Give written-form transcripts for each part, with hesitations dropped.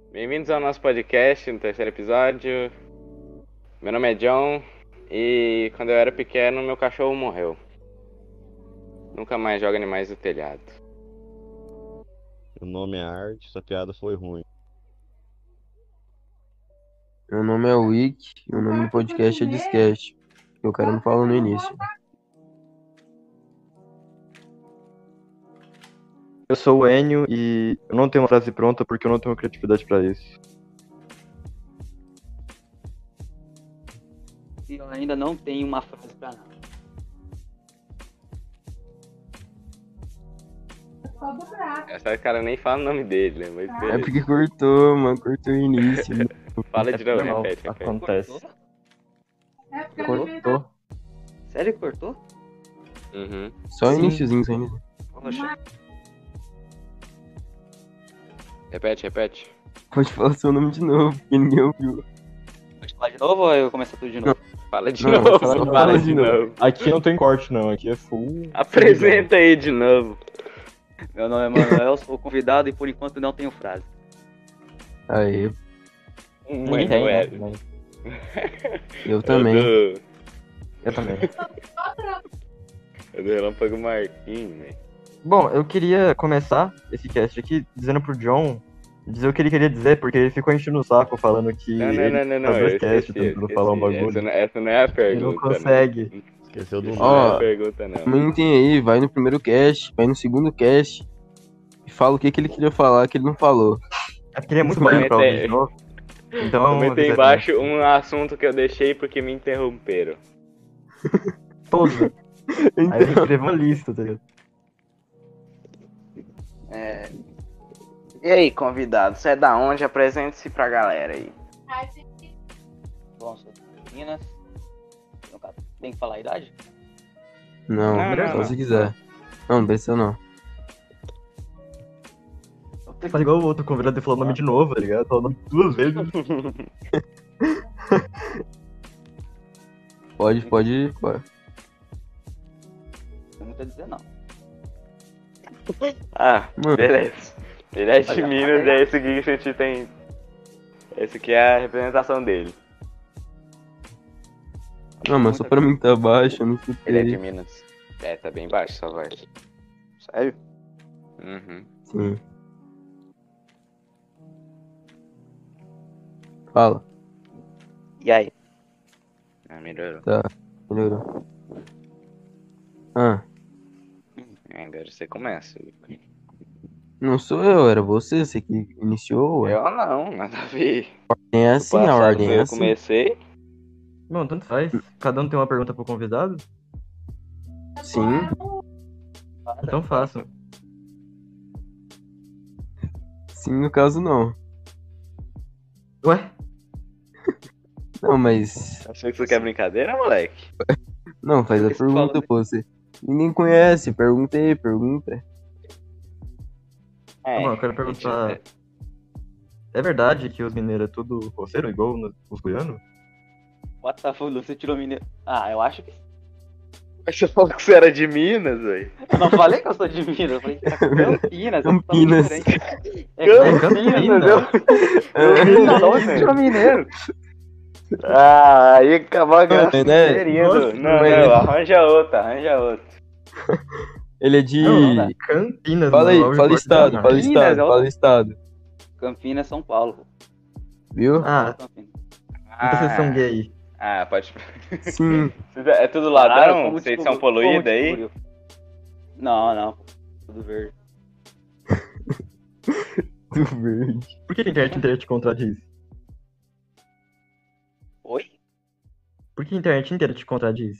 Bem-vindos ao nosso podcast, no terceiro episódio. Meu nome é John e quando eu era pequeno, meu cachorro morreu. Nunca mais joga animais do telhado. Meu nome é Art, essa piada foi ruim. Meu nome é Wick e o nome do podcast é Discast, que o cara não falou no início. Eu sou o Enio e eu não tenho uma frase pronta porque eu não tenho criatividade pra isso. E eu ainda não tenho uma frase pra nada. Essa cara nem fala o nome dele, né? Mas É beleza. porque cortou, mano, cortou o início. Fala de novo, Não, repete. acontece. Cortou? Sério que cortou? Uhum. Só o Sim. iniciozinho, só o início. Poxa, Repete. Pode falar seu nome de novo, porque ninguém ouviu. pode falar de novo ou eu começo tudo de novo? Fala de Não, novo, fala fala de de novo. novo. Aqui não tem corte não, aqui é full. Apresenta aí de novo. Meu nome é Manuel, sou convidado e por enquanto não tenho frase. Aí, Muito Tem, né? velho. eu também. Eu também. É do Relâmpago Marquinhos, velho. Bom, eu queria começar esse cast aqui dizendo pro John dizer o que ele queria dizer, porque ele ficou enchendo o saco falando que Não, ele eu dois casts esqueci. tentando falar um bagulho. Essa não é a Ele pergunta. não consegue. Esqueceu do Essa nome. não é Ó, a pergunta, não. Comentem aí, vai no primeiro cast, vai no segundo cast e fala o que ele queria falar que ele não falou. É porque ele é muito Comenta bom pra aí. ouvir de novo. Então, Comentei avisa embaixo um assunto que eu deixei porque me interromperam. todos. Aí ele escreveu uma lista, tá ligado? E aí, convidado, você é da onde? Apresente-se pra galera aí. Bom, sou de Minas. No caso, tem que falar a idade? Não, Não, só não. se quiser. Não precisa não. Faz igual o outro convidado e falou o nome de novo, tá ligado? Falou o nome duas vezes. Pode. Não tem muito a dizer, não. Ah, Mano. beleza. Ele é de Olha, Minas, olha. é esse aqui que a gente tem. Esse aqui é a representação dele. Não, mas só pra mim tá baixo, eu não Ele é de escutei. Minas. É, tá bem baixo sua voz. Sério? Uhum. Sim. Fala, E aí? Ah, melhorou. melhorou. Ah, Agora você começa. não sou eu, era você que iniciou, ué. Eu não, nada a ver. É No assim, a passado ordem foi é eu assim. comecei. Bom, tanto faz. Cada um tem uma pergunta pro convidado? Sim, Então façam. sim, no caso não. Ué? Não, mas. Achou que isso aqui é brincadeira, moleque? Não, faz a Por que você pergunta, fala, pô. Você. Ninguém conhece, pergunta aí, pergunta. É, Bom, eu quero perguntar. É verdade que os mineiros é tudo roceiro, igual os goianos? What the fuck, você tirou mineiro? Ah, eu acho que... Mas você falou que você era de Minas, velho. Eu não falei que eu sou de Minas, eu falei que tá Campinas. é Campinas. totalmente diferente. Campinas, Não, você tirou mineiro. Ah, aí acabou a graça Não, né? inteirinha Nossa, Não, mas- arranja outra. Ele é de. Não, não, Campinas, Fala mano, aí, Lauro fala de estado, Porto, fala né? Campinas, estado, é fala estado. Campinas, São Paulo. Viu? Ah, Campinas. então vocês são gay. Ah, pode. Sim. É tudo Caralho, ladrão? como Vocês descobriu? são poluídos Como aí? descobriu? Não. Tudo verde. Do verde. Por que a internet contradiz? Oi? Por que a internet inteira te contradiz?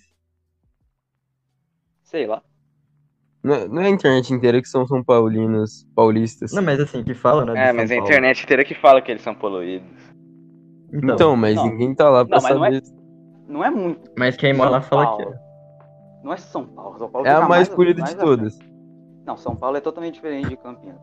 Sei lá. Não é a internet inteira que são São Paulinos, paulistas. Não, mas assim, que fala, né? de É, São mas a Paulo. internet inteira que fala que eles são poluídos. Então, mas Não. ninguém tá lá pra Não, mas não é- saber. Não é muito. Mas quem mora lá São fala Paulo. que é. Não é São Paulo. São Paulo É a fica mais polida de mais todas. Não, São Paulo é totalmente diferente de Campinas.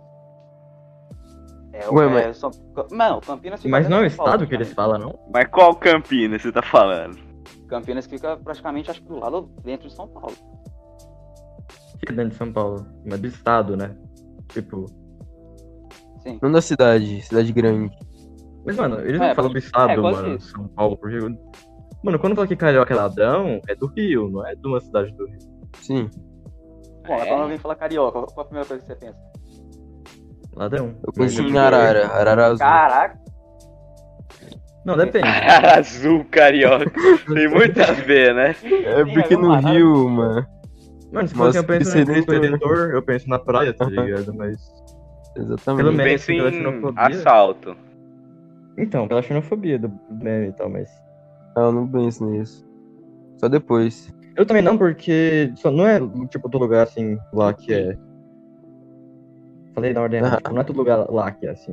Ué, mas- Não, Campinas fica Mas não é o dentro de São Paulo, estado que eles falam, não? Mas qual Campinas você tá falando? Campinas fica praticamente, acho que do lado dentro de São Paulo. Fica dentro de São Paulo. Mas do estado, né? Tipo, Sim. Não da cidade grande. Mas, mano, eles É, não falam do estado, quase mano, isso. São Paulo, porque... Mano, quando fala que carioca é ladrão, é do Rio, não é de uma cidade do Rio. Sim, Bom, quando alguém fala carioca, qual a primeira coisa que você pensa? Ladrão. eu conheci Mas em Arara, Arara Azul. Caraca, Não, depende. Azul carioca. Tem muito a ver, né? É porque no Arara. Rio, mano. Mano, se Mas fosse eu penso Cristo em Cristo Redentor. Redentor, eu penso na praia, tá ligado? Mas... Pelo Exatamente. menos- Penso pela em xenofobia. assalto. Então, pela xenofobia do meme e tal, mas... Não, eu não penso nisso. Só depois. Eu também não, porque só não é tipo todo lugar assim lá que é. Falei na ordem errada, tipo, não é todo lugar lá que é assim.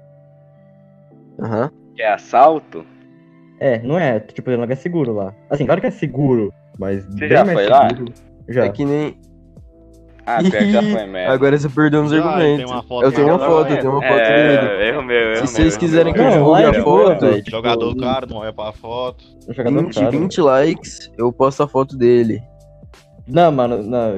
Aham. Que é assalto? É, não é, tipo, não é seguro lá. Assim, claro que é seguro, mas Você bem já mais foi lá? seguro. Já. É que nem. Ah, pior que já foi mesmo. Agora você perdeu uns Já, argumentos. tem uma foto Eu tenho uma lá, foto, né? eu tenho uma foto dele. Erro meu, Se erro vocês meu, quiserem que eu erro meu. Não, lá divulgue é a de boa, foto, velho. Tipo, Jogador caro, não olha pra foto. jogador 20, caro. 20 likes, eu posto a foto dele. Não, mano, não.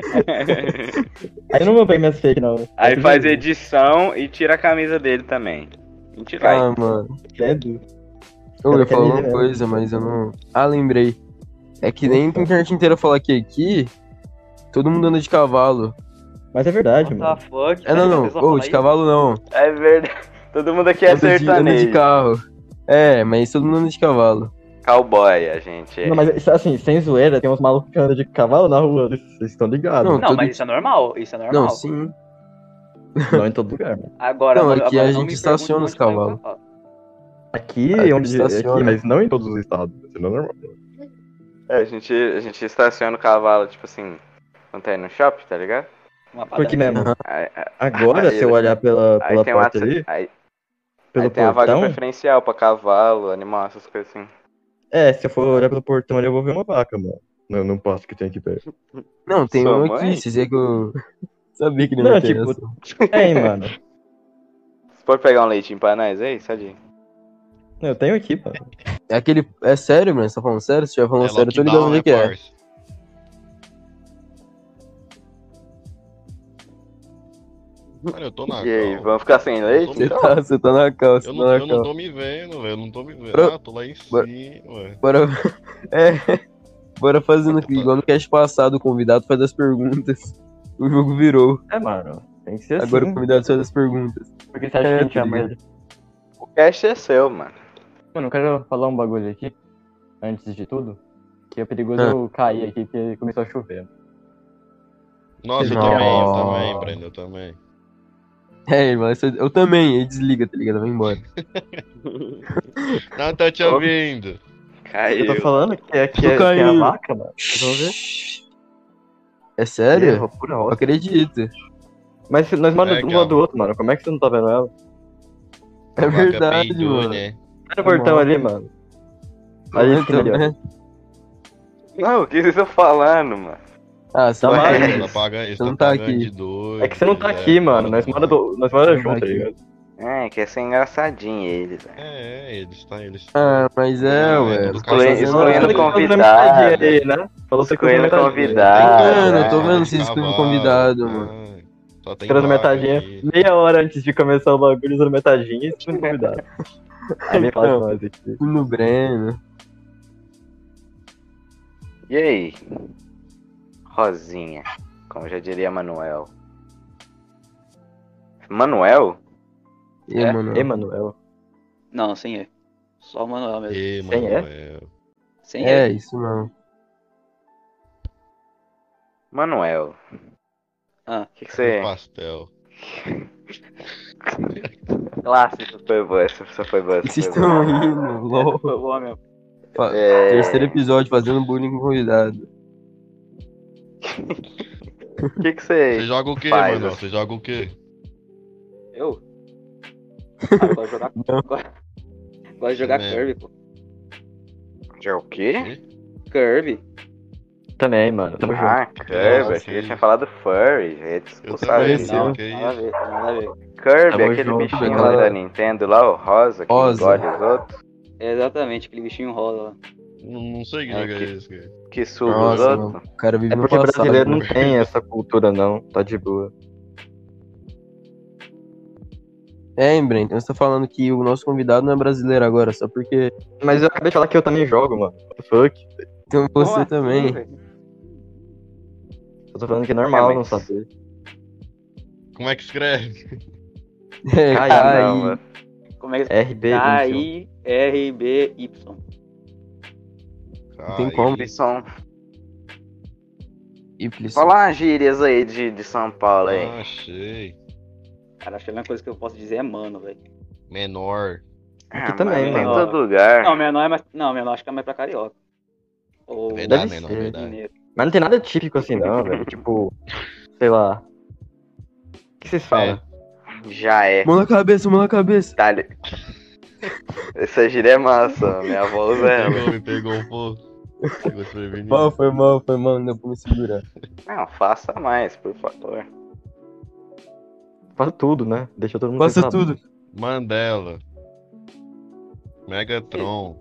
Aí eu não vou pegar minhas fake, não. Aí faz edição e tira a camisa dele também. Mentira. Ah, mano. Credo. Eu ia quer falar me uma ver, né? coisa, mas eu não. Ah, lembrei. É que nem a internet inteira fala que aqui todo mundo anda de cavalo. Mas é verdade, what mano. the fuck? É, não, não. Vocês vão Ô, falar de isso? cavalo não. É verdade. Todo mundo aqui é Anda de sertanejo. carro. É, mas todo mundo anda de cavalo. Cowboy, a gente é. Não, mas assim, sem zoeira, tem uns malucos que andam de cavalo na rua, vocês estão ligados. Não, Não, Não, todo- mas isso é normal, isso é normal. Não, sim. não em todo lugar, mano. Agora, Não, agora aqui a não gente me estaciona os pergunte onde cavalos. vai o cavalo. Aqui, Aqui onde estaciona. aqui, mas não em todos os estados. Isso não é normal. A gente estaciona o cavalo, tipo assim, quando tá indo no shopping, tá ligado? Uma Porque padaria. mesmo, Aí, agora, aí- se eu olhar pela aí tem uma. porta ali, Aí pelo tem a vaga portão, preferencial pra cavalo, animal, essas coisas assim. se eu for olhar pelo portão ali, eu vou ver uma vaca, mano. Não posso que tem aqui perto. Não, tem Sua um mãe? aqui, vocês é que eu sabia que ele Não, ia tipo, essa. Tem, mano. Você pode pegar um leitinho pra nós aí, Sadinho? Eu tenho aqui, mano. É aquele. É sério, mano? Você tá falando sério? Se estiver falando sério, eu tô ligado lockdown, onde é que é. parça? Mano, eu tô na E aí, cal. vamos ficar sem leite? Você tá na cal, você Eu tá não, na eu não cal. tô me vendo, velho. Eu não tô me vendo. Bro- Ah, tô lá em bro- cima, ué. Bora. É. Bora fazendo aqui, igual no cast passado, o convidado faz as perguntas. O jogo virou. É, mano. Tem que ser assim. Agora o convidado faz as perguntas. Porque você acha que a gente é tá ligado? merda. O cast é seu, mano. Mano, eu quero falar um bagulho aqui, antes de tudo, que é perigoso Ah. eu cair aqui, porque começou a chover. Nossa, eu Não. também, Breno, eu também. É, irmão, eu também. Aí desliga, tá ligado? Vai embora. Não tô te ouvindo. Eu Caiu. tô falando que é, que é, Eu que é a caí. vaca, mano. Vocês vão ver. É sério? É, pura Eu roça. acredito. Mas se nós moramos É, um calma. lado do outro, mano. Como é que você não tá vendo ela? É Vaca verdade, peidou, mano. né? Olha o portão ali, mano. Ali, esquina ali, ó. Também. Não, o que vocês estão falando, mano? Ah, você Tá vai mais. Eles cair. tá pagando, eles Você não tá tá pagando aqui. de doido. É que você não tá eles aqui, é mano. Nós foda, moramos Não tá junto, tá aqui. ligado? É, quer ser engraçadinho eles, velho. Eles tá. Ah, mas é, Não, ué. tudo Os cachorro. caras Excluindo fazendo- convidado. Falou que eu tô metadinha aí, né? Falou que eu tô Excluindo metadinha. convidado. Mano, eu tô né? vendo vocês excluindo convidado, mano. Só tem Tirando vaca metadinha. aí. Meia hora antes de começar o bagulho, usando metadinha e excluindo convidado. Aí vem falar com nós aqui. No Breno. E aí? Rosinha, como já diria Manuel. Manuel? E aí, mano? Emanuel. Não, sem E. Só o Manuel mesmo. Ê, Sem mano, Sem É, E. isso não. Manuel. Ah, O que você. pastel. Clássico. Foi boa, essa foi boa. Vocês Essa foi boa. estão rindo, lol. foi boa mesmo. É. Terceiro episódio fazendo bullying com convidado. O que você. Você joga o quê, Faz, mano? assim. Você joga o quê? Eu? Ah, eu gosto de jogar. Não. Gosto de jogar Mesmo. Kirby, pô. Já o quê? Kirby. Também, mano. Tamo junto. Ah, Kirby. Nossa, Achei que sim. tinha falado furry. Já ia te Eu expulsar também, dele. não. Não, que nada a isso? ver, nada a ver. Kirby, Tamo aquele junto, bichinho galera. lá da Nintendo lá, o rosa, que Rosa. engole os outros, É exatamente, aquele bichinho rosa lá. Não sei que É, jogo é que- esse, cara. que suga os Nossa, outros. mano. O cara vive É no porque passado. brasileiro não mano. tem essa cultura, não. Tá de boa. Embren, então você tá falando que o nosso convidado não é brasileiro agora, só porque. Mas eu acabei de falar que eu também jogo, mano. What the fuck? Então Como você assim, também. velho? Eu tô falando que é normal É, não mas- saber. Como é que escreve? É, Ah, não, K.I. mano. Como é que RB. K-I-R-B-Y. Não tem como. Plisson. Iplis. Fala umas gírias aí de São Paulo aí. Ah, achei. Cara, acho que a única coisa que eu posso dizer é mano, velho. Menor. Aqui também, mas em mano. todo lugar. Não, menor é mais. Não, menor acho que é mais pra carioca. Ou Verdade, deve menor, ser. verdade. mineiro. Mas não tem nada típico assim, não, velho. Tipo, sei lá. O que vocês falam? Já é. Mão na cabeça, mão na cabeça. Tá ali. Essa gíria é massa, minha avó usa ela. Me pegou um pouco. Pegou desprevenido. Foi mal, não deu pra me segurar. Não, faça mais, por favor. Faça tudo, né? Deixa todo mundo Faça pensar. tudo. Mandela. Megatron.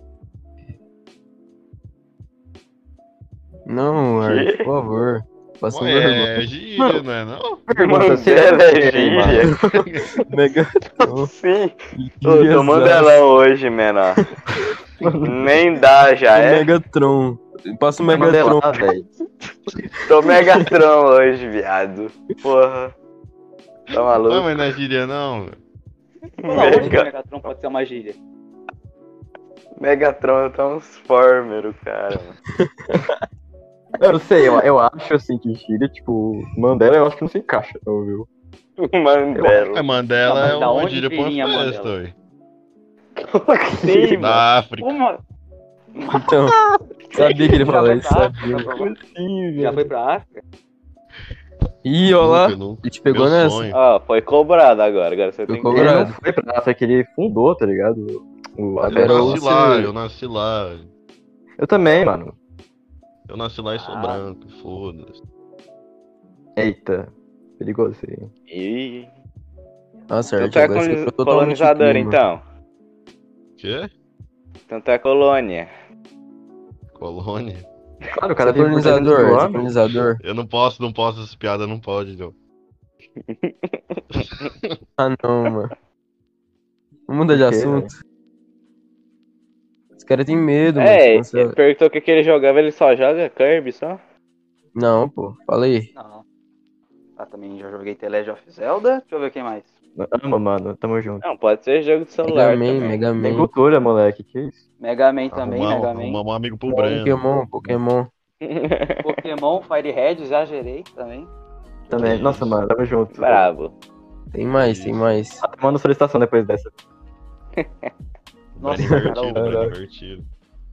Não, Art, por favor. Faça um Ué, vergonha. é gíria, não é não? Pergunta, você Mandela é é gíria. Megatron. Sim. Ô, tô mandelão hoje, menor. Nem dá, já É é. Megatron. Passa o Megatron. Mandelar, velho. Tô Megatron hoje, viado. Porra. Tá Não, maluco? mas não é gíria não, velho. Não, hoje o Mega- Megatron pode ser uma gíria. Megatron é transformer, cara. Eu não sei, eu acho assim que gíria, tipo, Mandela eu acho que não se encaixa, não, viu? Mandela. É, Mandela Não, mas é da uma onde gíria pra uma viria festa, Mandela? ué. Sim, mano. Da África. Uma... Então, sabia que ele Já falou foi isso, pra sabia. África? Já foi pra África? Ih, ó lá. Nunca. Ele te pegou Meu nessa. sonho. Ó, foi cobrado agora. Agora você Foi tem que. Ele cobrado. não foi pra África, ele fundou, tá ligado? Ah, Eu pera, nasci você- lá, eu nasci lá. Eu também, mano. Eu nasci lá e sou Ah. branco, foda-se. Eita. Perigoso isso aí. Ih. Nossa, Então Art, tu é agora você foi totalmente colonizador, clima. então. Quê? Então tu é colônia. Colônia? Claro, o Você cara é vive por 300 colonizador, mil você é anos. colonizador. Eu não posso, essa piada não pode, não. Ah, não, mano. Vamos mudar de Por quê, assunto. Os caras têm medo, mano. É, de ele cancelar. perguntou o que que ele jogava, ele só joga Kirby só? Não, pô. Fala aí. Não. Ah, também já joguei The Legend of Zelda. Deixa eu ver quem mais. Ama, mano. Tamo junto. Não, pode ser jogo de celular Mega Man, também. Mega Tem Man. cultura, moleque. Que isso? Mega Man também, Mega Man. Arrumar um amigo pro Breno. Pokémon. Pokémon, Firehead, já gerei também. Também. Nossa, mano. Tamo junto. Bravo. Tem mais. Manda solicitação depois dessa. Nossa, Breno cara, divertido, Breno divertido.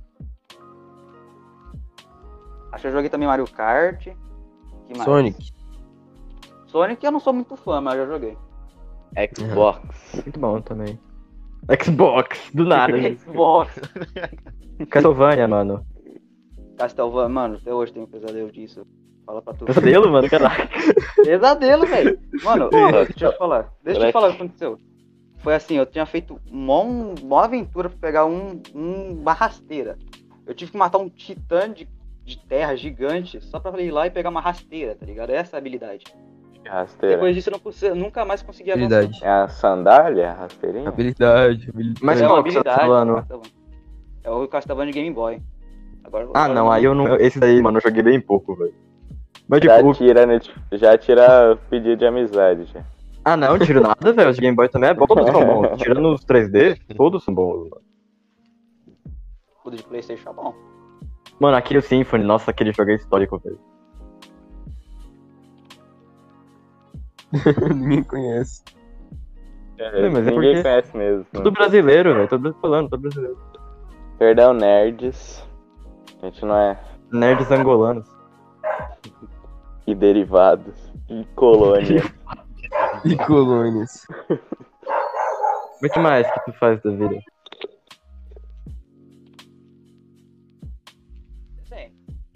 acho que eu joguei também Mario Kart. Que mais? Sonic. Sonic eu não sou muito fã, mas eu já joguei. Xbox. Muito bom também. Xbox. Do nada. né? Xbox. Castlevania, mano. Castlevania, mano, até hoje tem um pesadelo disso. Fala pra tu. Pesadelo, mano? Caraca. Pesadelo, velho. Mano, Sim. deixa eu te falar. Deixa eu te falar o que aconteceu. Foi assim, eu tinha feito uma aventura pra pegar uma rasteira. Eu tive que matar um titã de terra gigante só pra ir lá e pegar uma rasteira, tá ligado? Essa é a habilidade. Rasteira. Depois disso eu nunca mais consegui avançar. Habilidade. É a sandália, a rasteirinha? Habilidade. Mas É uma qual que você tá habilidade. falando? Castlevania. É o Castlevania de Game Boy. Agora, Ah, não. Aí eu não... Esse daí, mano, eu joguei bem pouco, velho. Mas, Já tipo... tira, né? Já tira pedido de amizade, já. Ah, não, não tiro nada, velho. Os de Game Boy também é bom. Todos são bons. Tirando os 3D, todos são bons, mano. O de Playstation é bom. Mano, aquele Symphony, nossa, aquele jogo é histórico, velho. Ninguém conhece. É, mas é Ninguém porque- conhece mesmo. Tudo brasileiro, velho. Todo falando, todo brasileiro. Perdão, nerds. A gente não é. Nerds angolanos. E derivados. E colônia. E colônias. Mas o que mais que tu faz da vida? Desenho.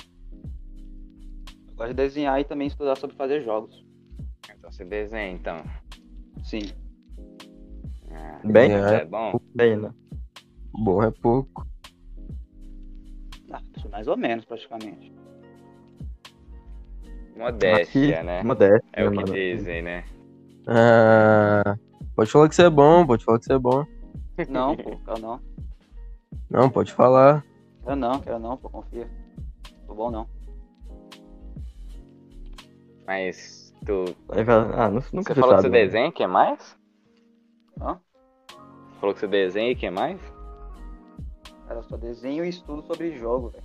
Eu gosto de desenhar e também estudar sobre fazer jogos. Então você desenha, então. Sim. Ah, Bem? é bom. Bem, né? Bom é pouco. Ah, mais ou menos, praticamente. Modéstia, Aqui, né? Modéstia, É o que mano. dizem, né? Ah, Pode falar que você é bom, pode falar que você é bom. Não, pô, quero não. Não, pode falar. Quero não, pô, confia. Tô bom não. Mas tu. Aí fala, nunca Você se falou que sabe, você mano. desenha, que mais? Hã? Você falou que você desenha e que mais? Cara, eu só desenho e estudo sobre jogo, velho.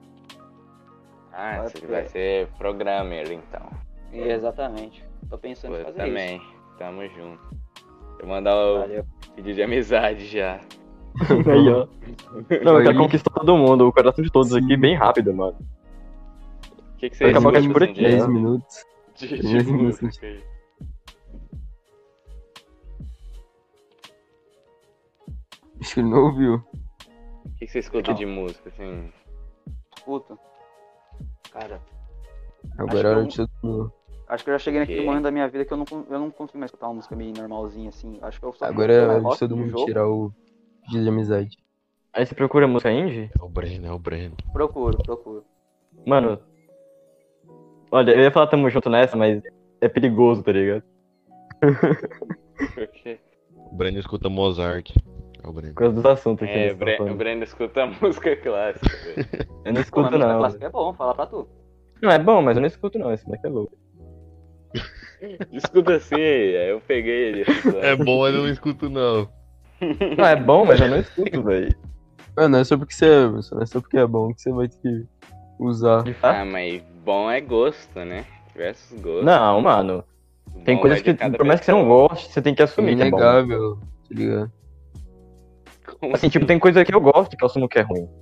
Ah, Pode você ser. vai ser programmer então. Exatamente. Tô pensando Pô, em eu fazer também. Tamo junto. Eu mandar o Valeu. pedido de amizade já. Aí, ó. Não, eu quero Aí. conquistar todo mundo, o coração de todos Sim. aqui, bem rápido, mano. O que você Vai acabar com escuta esse por hoje em aqui, dia? 10 né? minutos. De 10 minutos. música aí. Acho que ele não ouviu. O que você escuta de música, assim? Escuta. Cara, Agora é hora de todo mundo. acho que eu já cheguei naquele Ok. momento da minha vida que eu não consigo mais escutar uma música meio normalzinha, assim. Acho que eu só Agora é mais hora de rock todo de mundo jogo. tirar o pedido de amizade. Aí você procura música indie? É o Breno. Procuro. Mano, olha, eu ia falar tamo junto nessa, mas é perigoso, tá ligado? Por quê? O Breno escuta Mozart. É o Breno. Por causa dos assuntos que É, eles estão o falando. Breno escuta música clássica, velho. Eu não Pô, escuto, mas música não. clássica é bom, fala pra tu. Não, é bom, mas eu não escuto, não. Esse moleque é louco. Escuta sim, aí eu peguei ele. É bom, mas eu não escuto, não. Não, é bom, mas eu não escuto, velho. Não é só porque você é, não é só porque é bom que você vai ter que usar. De fato. Ah, mas bom é gosto, né? Diversos gostos. Não, mano. Tem Bom coisas vai de que, cada por mais que você não pessoa. goste, você tem que É assumir que é bom. inegável, tá ligado? Como Assim, tipo, tem coisa que eu gosto que eu assumo que é ruim.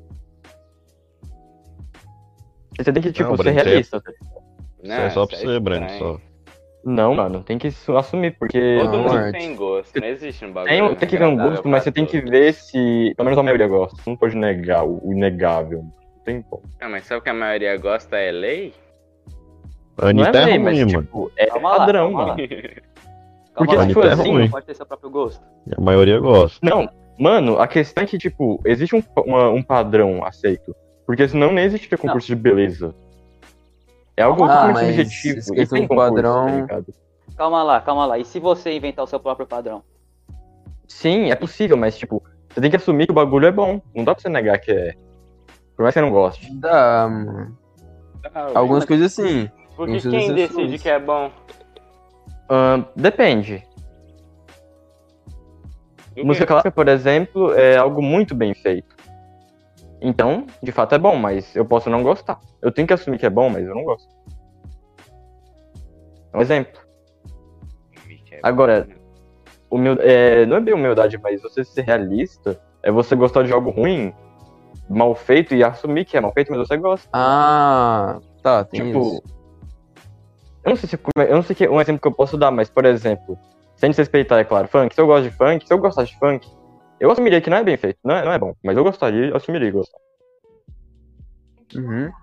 E você tem que, tipo, Não, ser Breno, você é- realista. Não, Isso é só pra isso é você, Breno, estranho. só. Não, mano, tem que assumir, porque Todo Não, mundo Art. tem gosto, não existe um bagulho. tem que ver um agradável gosto, mas pra você tem que todos. ver se, pelo menos a maioria gosta. Você não pode negar o inegável. Não tem como. Ah, mas sabe o que a maioria gosta é lei? Não Anitta é lei, ruim, mas, mano. tipo, é Calma lá, padrão, calma lá. mano. Calma Porque lá, se for então, assim- não pode ter seu próprio gosto. A maioria gosta. Não, mano, a questão é que, tipo, existe um padrão aceito. Porque senão nem existiria concurso de beleza. É algo Ah, totalmente mas subjetivo. essa E questão tem do concurso, padrão- tá ligado? Calma lá. E se você inventar o seu próprio padrão? Sim, é possível, mas, tipo, você tem que assumir que o bagulho é bom. Não dá pra você negar que é. Por mais que você não goste. Dá, mano. Ah, Algumas coisas sim. Porque Muitas quem exceções. decide que é bom? Depende. Do Música quê? clássica, por exemplo, é algo muito bem feito. Então, de fato é bom, mas eu posso não gostar. Eu tenho que assumir que é bom, mas eu não gosto. Um exemplo. Agora, não é bem humildade, mas você ser realista é você gostar de algo ruim, mal feito, e assumir que é mal feito, mas você gosta. Ah, tá, tem Tipo, isso. eu não sei que um exemplo que eu posso dar, mas, por exemplo, sem desrespeitar, é claro, funk. Se eu gosto de funk, se eu gostasse de funk, eu assumiria que não é bem feito, não é bom, mas eu gostaria, eu assumiria gostar. Uhum.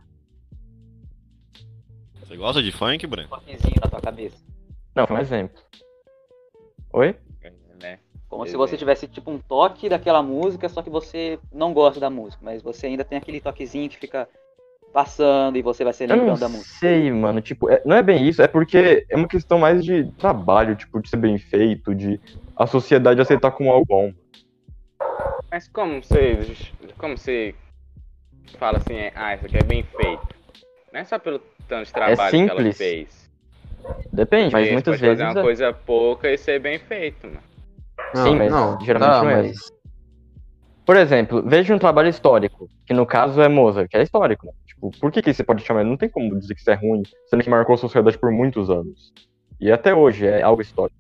Você gosta de funk, Breno? Toquezinho na tua cabeça. Não, foi um exemplo. Oi? Né? Como se Desenho. você tivesse tipo um toque daquela música, só que você não gosta da música, mas você ainda tem aquele toquezinho que fica passando e você vai se Eu não lembrando da música. sei, mano, tipo, não é bem isso, é porque é uma questão mais de trabalho, tipo, de ser bem feito, de a sociedade aceitar como algo bom. Mas como você fala assim, isso aqui é bem feito? Não é só pelo tanto de trabalho que ela simples. fez. Depende, mas Você muitas pode vezes fazer uma coisa pouca e ser bem feito, mano. Sim, mas geralmente não é. mas Por exemplo, veja um trabalho histórico, que no caso é Mozart, que é histórico, né? Tipo, por que você pode chamar? Não tem como dizer que isso é ruim, sendo que marcou a sociedade por muitos anos. E até hoje é algo histórico.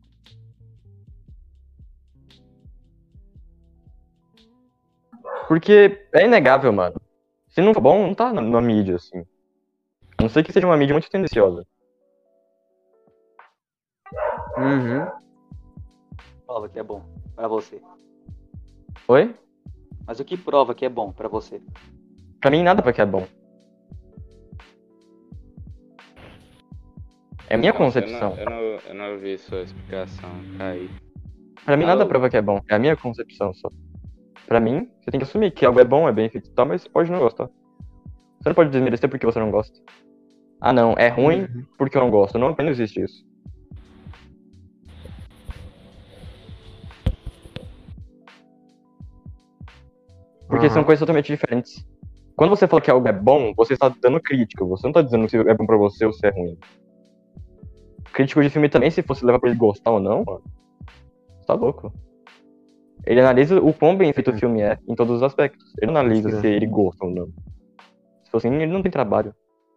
Porque é inegável, mano. Se não for bom, não tá na mídia, assim. A não ser que seja uma mídia muito tendenciosa. Uhum. Prova que é bom pra você. Oi? Mas o que prova que é bom pra você? Pra mim, nada que é bom. É a minha Nossa, concepção. Eu não ouvi sua explicação, Caí. Pra mim, nada Alô? prova que é bom. É a minha concepção só. Pra mim, você tem que assumir que algo é bom, é bem feito e tal, mas você pode não gostar. Você não pode desmerecer porque você não gosta. Ah, não, é ruim porque eu não gosto. Não existe isso. Porque são Aham. coisas totalmente diferentes. Quando você fala que algo é bom, você está dando crítica. Você não tá dizendo se é bom pra você ou se é ruim. Crítico de filme também, se fosse levar pra ele gostar ou não, mano, você tá louco. Ele analisa o quão bem feito o filme é em todos os aspectos. Ele não analisa Sim. se ele gosta ou não. Se fosse assim, ele não tem trabalho.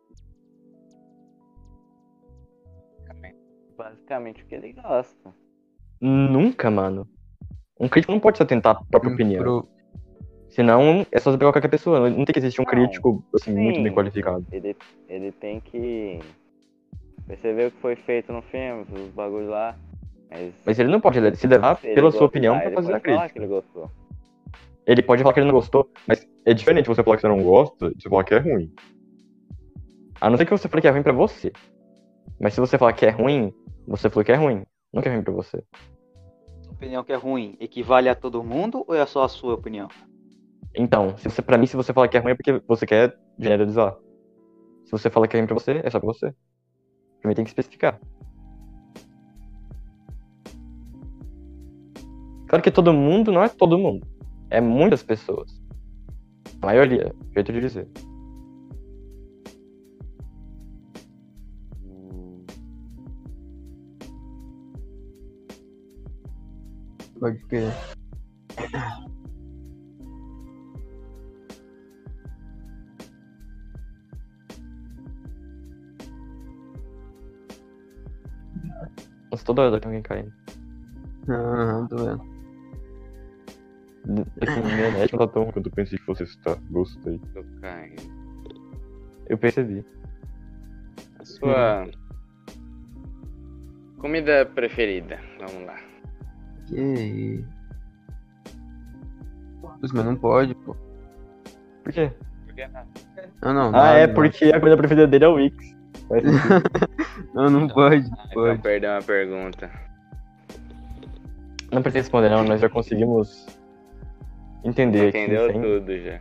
Basicamente o que ele gosta. Nunca, mano. Um crítico não pode se atentar à própria opinião. Senão, é só você pegar qualquer pessoa. Não tem que existir um Não, crítico, assim, muito sim. bem qualificado. Ele tem que perceber o que foi feito no filme, os bagulhos lá. Mas ele não pode se levar se ele pela sua gostar, opinião pra ele fazer a pode falar que crítica. ele gostou. Ele pode falar que ele não gostou, mas é diferente você falar que você não gosta e você falar que é ruim. A não ser que você fale que é ruim pra você. Mas se você falar que é ruim, você falou que é ruim. Não que é ruim pra você. Opinião que é ruim equivale a todo mundo ou é só a sua opinião? Então, pra mim, se você falar que é ruim é porque você quer generalizar. Se você fala que é ruim pra você, é só pra você. Pra mim tem que especificar. Claro que todo mundo não é todo mundo. É muitas pessoas. A maioria, jeito de dizer. Pode crer. Nossa, toda hora tem alguém caindo. Aham, tô vendo. Esse minha net não tá tão ruim quanto eu pensei que fosse estar. Gostei. Tô caindo. Eu percebi. A sua comida preferida? Vamos lá. Que. Mas não pode, pô. Por quê? Por que não? Não, É não. porque a comida preferida dele é o Wix. Faz sentido. Não pode. Então Pode. perdeu uma pergunta. Não precisa responder, não. Nós já conseguimos entender aqui. Entendeu sem- tudo já.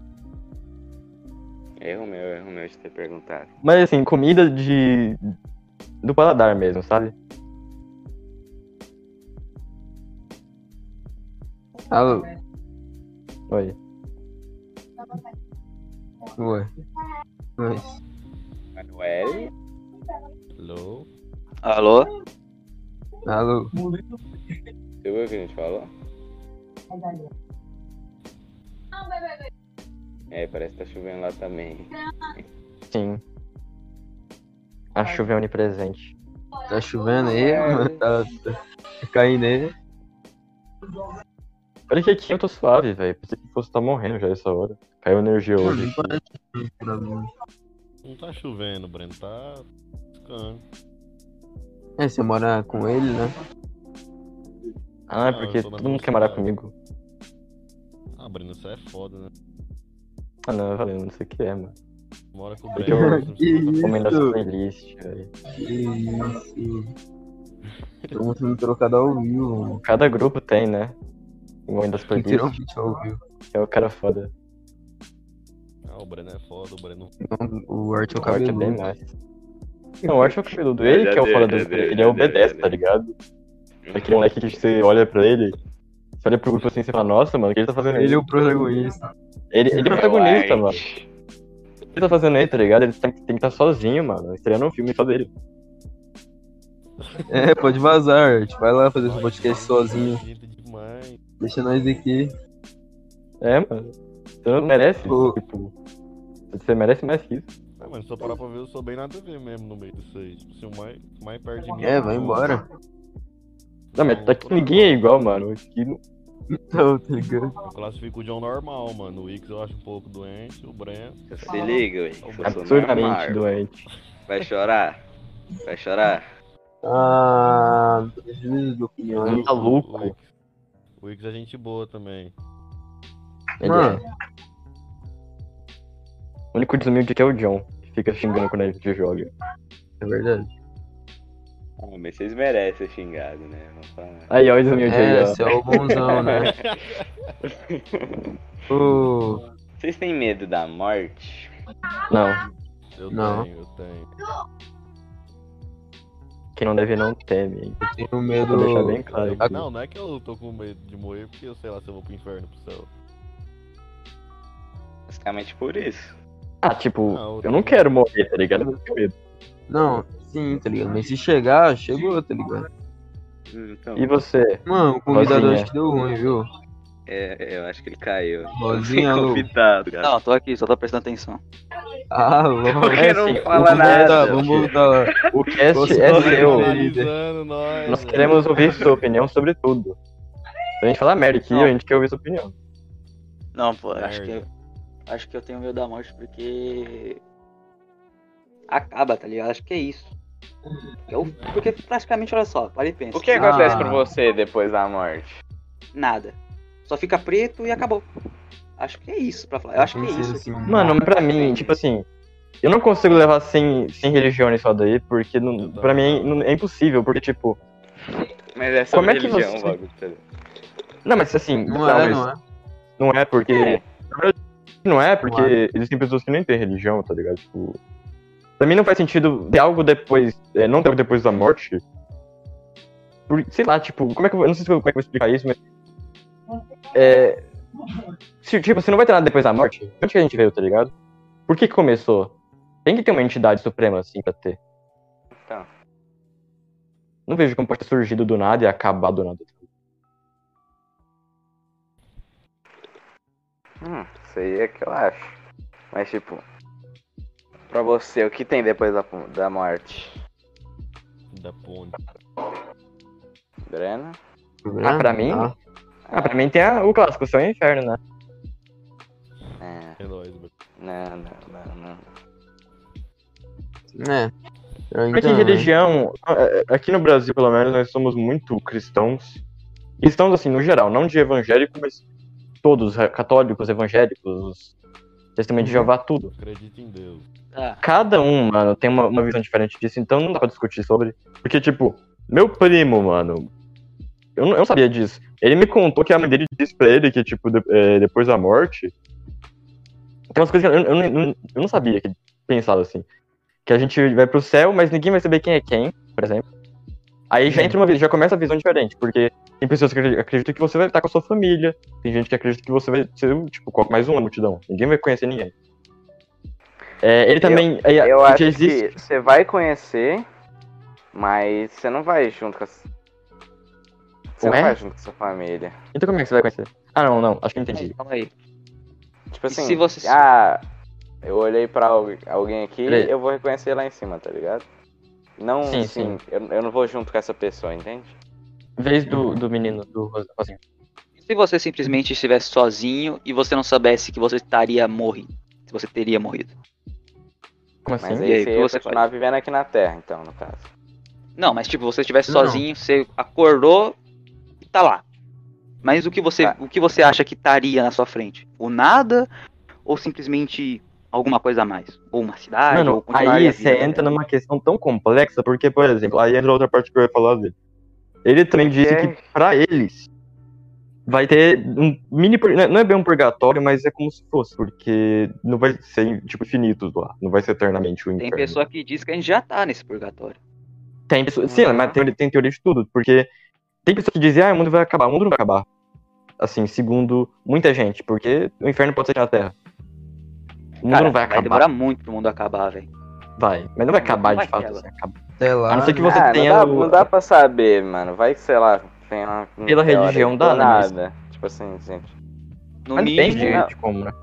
Erro meu de ter perguntado. Mas assim, comida do paladar mesmo, sabe? Alô? Oi. Ué. Oi. Manuel? Hello? Alô? Alô? Você viu o que a gente falou? É, parece que tá chovendo lá também. Sim. A chuva é onipresente. Tá chovendo aí, mano? Tá caindo aí. Olha que aqui eu tô suave, velho. Pensei que fosse estar morrendo já essa hora. Caiu energia hoje. Não tá chovendo, Breno. Tá ficando. É, você mora com ele, né? Ah, é Não, porque eu tô na todo mundo quer morar velocidade. comigo. Ah, Breno, isso é foda, né? Ah, não, valeu, não sei o que é, mano. Mora com o Porque Breno. eu- você não precisa Que Recomendação isso? playlist, velho. Que isso? Estamos sendo trocados ao vivo, mano. Cada grupo tem, né? O nome das playlists. Literalmente ao vivo. É o cara foda. Ah, o Breno é foda, o Breno. O Art é o O Art é bem cabeludo. mais. Não, o Art é o cabeludo. Ele que é o foda do. Ele é o B10, tá ligado? Aquele moleque que você olha pra ele, você olha pro grupo assim e você fala, nossa, mano, o que ele tá fazendo aí? Ele é o protagonista. Ele é o protagonista, mano. Art. O que ele tá fazendo aí, tá ligado? Ele tem que estar sozinho, mano. Estreando um filme só dele. É, pode vazar, Art. Vai lá fazer esse podcast sozinho. Gente demais. Deixa nós aqui. É, mano. Você não merece, Pô. tipo. Você merece mais que isso. Ah, mano, se eu parar pra ver, eu sou bem nada a ver mesmo no meio disso aí. Tipo, se o mais perto de mim. É, vai embora. Não, mas aqui ninguém é igual, mano. Aqui não. Então, tá ligado? Eu classifico o John normal, mano. O Ix eu acho um pouco doente, o Breno. Se liga, ué. Eu sou Absurdamente normal. doente. Vai chorar? Vai chorar? Ah, não precisa de opinião aí. Maluco. O Ix é gente boa também. Ele Mano. é. O único desumilde aqui é o John, que fica xingando quando a gente joga. É verdade. Ah, mas vocês merecem ser xingados, né? Vamos falar. Aí, ó, o desumilde aí, É, ó. você é o bonzão, né? Ô, Vocês têm medo da morte? Não, Eu Não. tenho, eu tenho. quem não deve não teme, hein? eu tenho medo. Vou deixar bem claro aqui. Não é que eu tô com medo de morrer porque eu sei lá se eu vou pro inferno, pro céu. Basicamente por isso. Ah, tipo, Não, eu não quero morrer, tá ligado? Eu tenho medo. Não, sim, tá ligado? Mas se chegar, chegou, tá ligado? Então, E você? Mano, o convidado Rosinha. acho que deu ruim, viu? eu acho que ele caiu. Rosinha, alô. Convidado, cara. Não, tô aqui, só tô prestando atenção. Ah, Por que É não assim, fala o nada? Vamos voltar lá. O cast Você é tá seu. analisando nós. Nós queremos ouvir sua opinião sobre tudo. Se a gente falar merda aqui, Não. a gente quer ouvir sua opinião. Não, pô, Merda. acho que eu tenho medo da morte porque acaba, tá ligado? Acho que é isso. Porque praticamente, olha só, para e pensa. O que acontece Ah. pra você depois da morte? Nada. Só fica preto e acabou. Acho que é isso pra falar. Eu acho que é Pensei isso. assim, Mano, pra mim, tipo assim, eu não consigo levar sem religião nisso daí, porque não, pra mim é impossível, porque tipo. Mas é Como sobre é que religião, você- o bagulho. Tá? Não, mas assim. não mas é. Não é porque. É. Na verdade, não é porque Não é. existem pessoas que nem têm religião, tá ligado? Tipo. Pra mim não faz sentido ter algo depois. Não ter algo depois da morte. Sei lá, tipo, como é que eu. Eu não sei como é que eu vou explicar isso, mas. Tipo, se não vai ter nada depois da morte, de onde que a gente veio, tá ligado? Por que começou? Tem que ter uma entidade suprema, assim, pra ter. Então. Não vejo como pode ter surgido do nada e acabar do nada. Isso aí é que eu acho. Mas tipo, pra você, o que tem depois da morte? Da ponte. Breno? Ah, pra mim? Pra mim tem o clássico, Céu e Inferno, né? É, É nóis, mano. não. É. Porque Então, religião, aqui no Brasil, pelo menos, nós somos muito cristãos. Cristãos, assim, no geral, não de evangélico, mas todos, católicos, evangélicos, testemunho de Jeová, tudo. Acredita em Deus. Tá. Cada um, mano, tem uma visão diferente disso, então não dá pra discutir sobre. Porque, tipo, meu primo, mano, eu não sabia disso. Ele me contou que a mãe dele disse pra ele que, tipo, depois da morte. Tem umas coisas que eu não sabia que ele pensava assim. Que a gente vai pro céu, mas ninguém vai saber quem é quem, por exemplo. Aí já começa a visão diferente, porque tem pessoas que acreditam que você vai estar com a sua família, tem gente que acredita que você vai ser, tipo, mais um na multidão. Ninguém vai conhecer ninguém. Ele também. Eu acho existe. que você vai conhecer, mas você não vai junto com Você Ué? não vai junto com sua família. Então como é que você vai conhecer? Ah, não, acho que eu entendi. Calma aí. Tipo E assim, se você- eu olhei pra alguém aqui, Peraí. eu vou reconhecer lá em cima, tá ligado? Não, Sim, assim, eu não vou junto com essa pessoa, entende? Vez do menino, do Rosinho. E se você simplesmente estivesse sozinho e você não soubesse que você estaria morrendo? Se você teria morrido? Como assim? Mas E aí aí, o você que ia você continuar vivendo aqui na Terra, então, no caso. Não, mas tipo, você estivesse Não. sozinho, você acordou e tá lá. Mas o que você acha que estaria na sua frente? O nada ou simplesmente alguma coisa a mais? Ou uma cidade? Mano, ou continuaria aí a você vida, entra né? numa questão tão complexa, porque, por exemplo, aí entra outra parte que eu ia falar dele. Ele também disse que pra eles vai ter um mini. Não é bem um purgatório, mas é como se fosse, porque não vai ser, tipo, infinito lá. Não vai ser eternamente o Tem inferno. pessoa que diz que a gente já tá nesse purgatório. Tem pessoa. Sim, Uhum. mas tem teoria de tudo, porque tem pessoas que dizem, o mundo vai acabar. O mundo não vai acabar. Assim, segundo muita gente, porque o inferno pode ser aqui na Terra. O mundo Cara, não vai vai acabar. demorar muito pro mundo acabar, velho. Vai, mas não vai acabar Não de vai fato. ter, Assim, acaba. Sei lá. A não ser que você não tenha. não dá pra saber, mano. Vai que, sei lá, tem uma Pela meteora religião aí, dá, do né, mas- nada. Tipo assim, gente. No Mas depende mínimo, de como, né?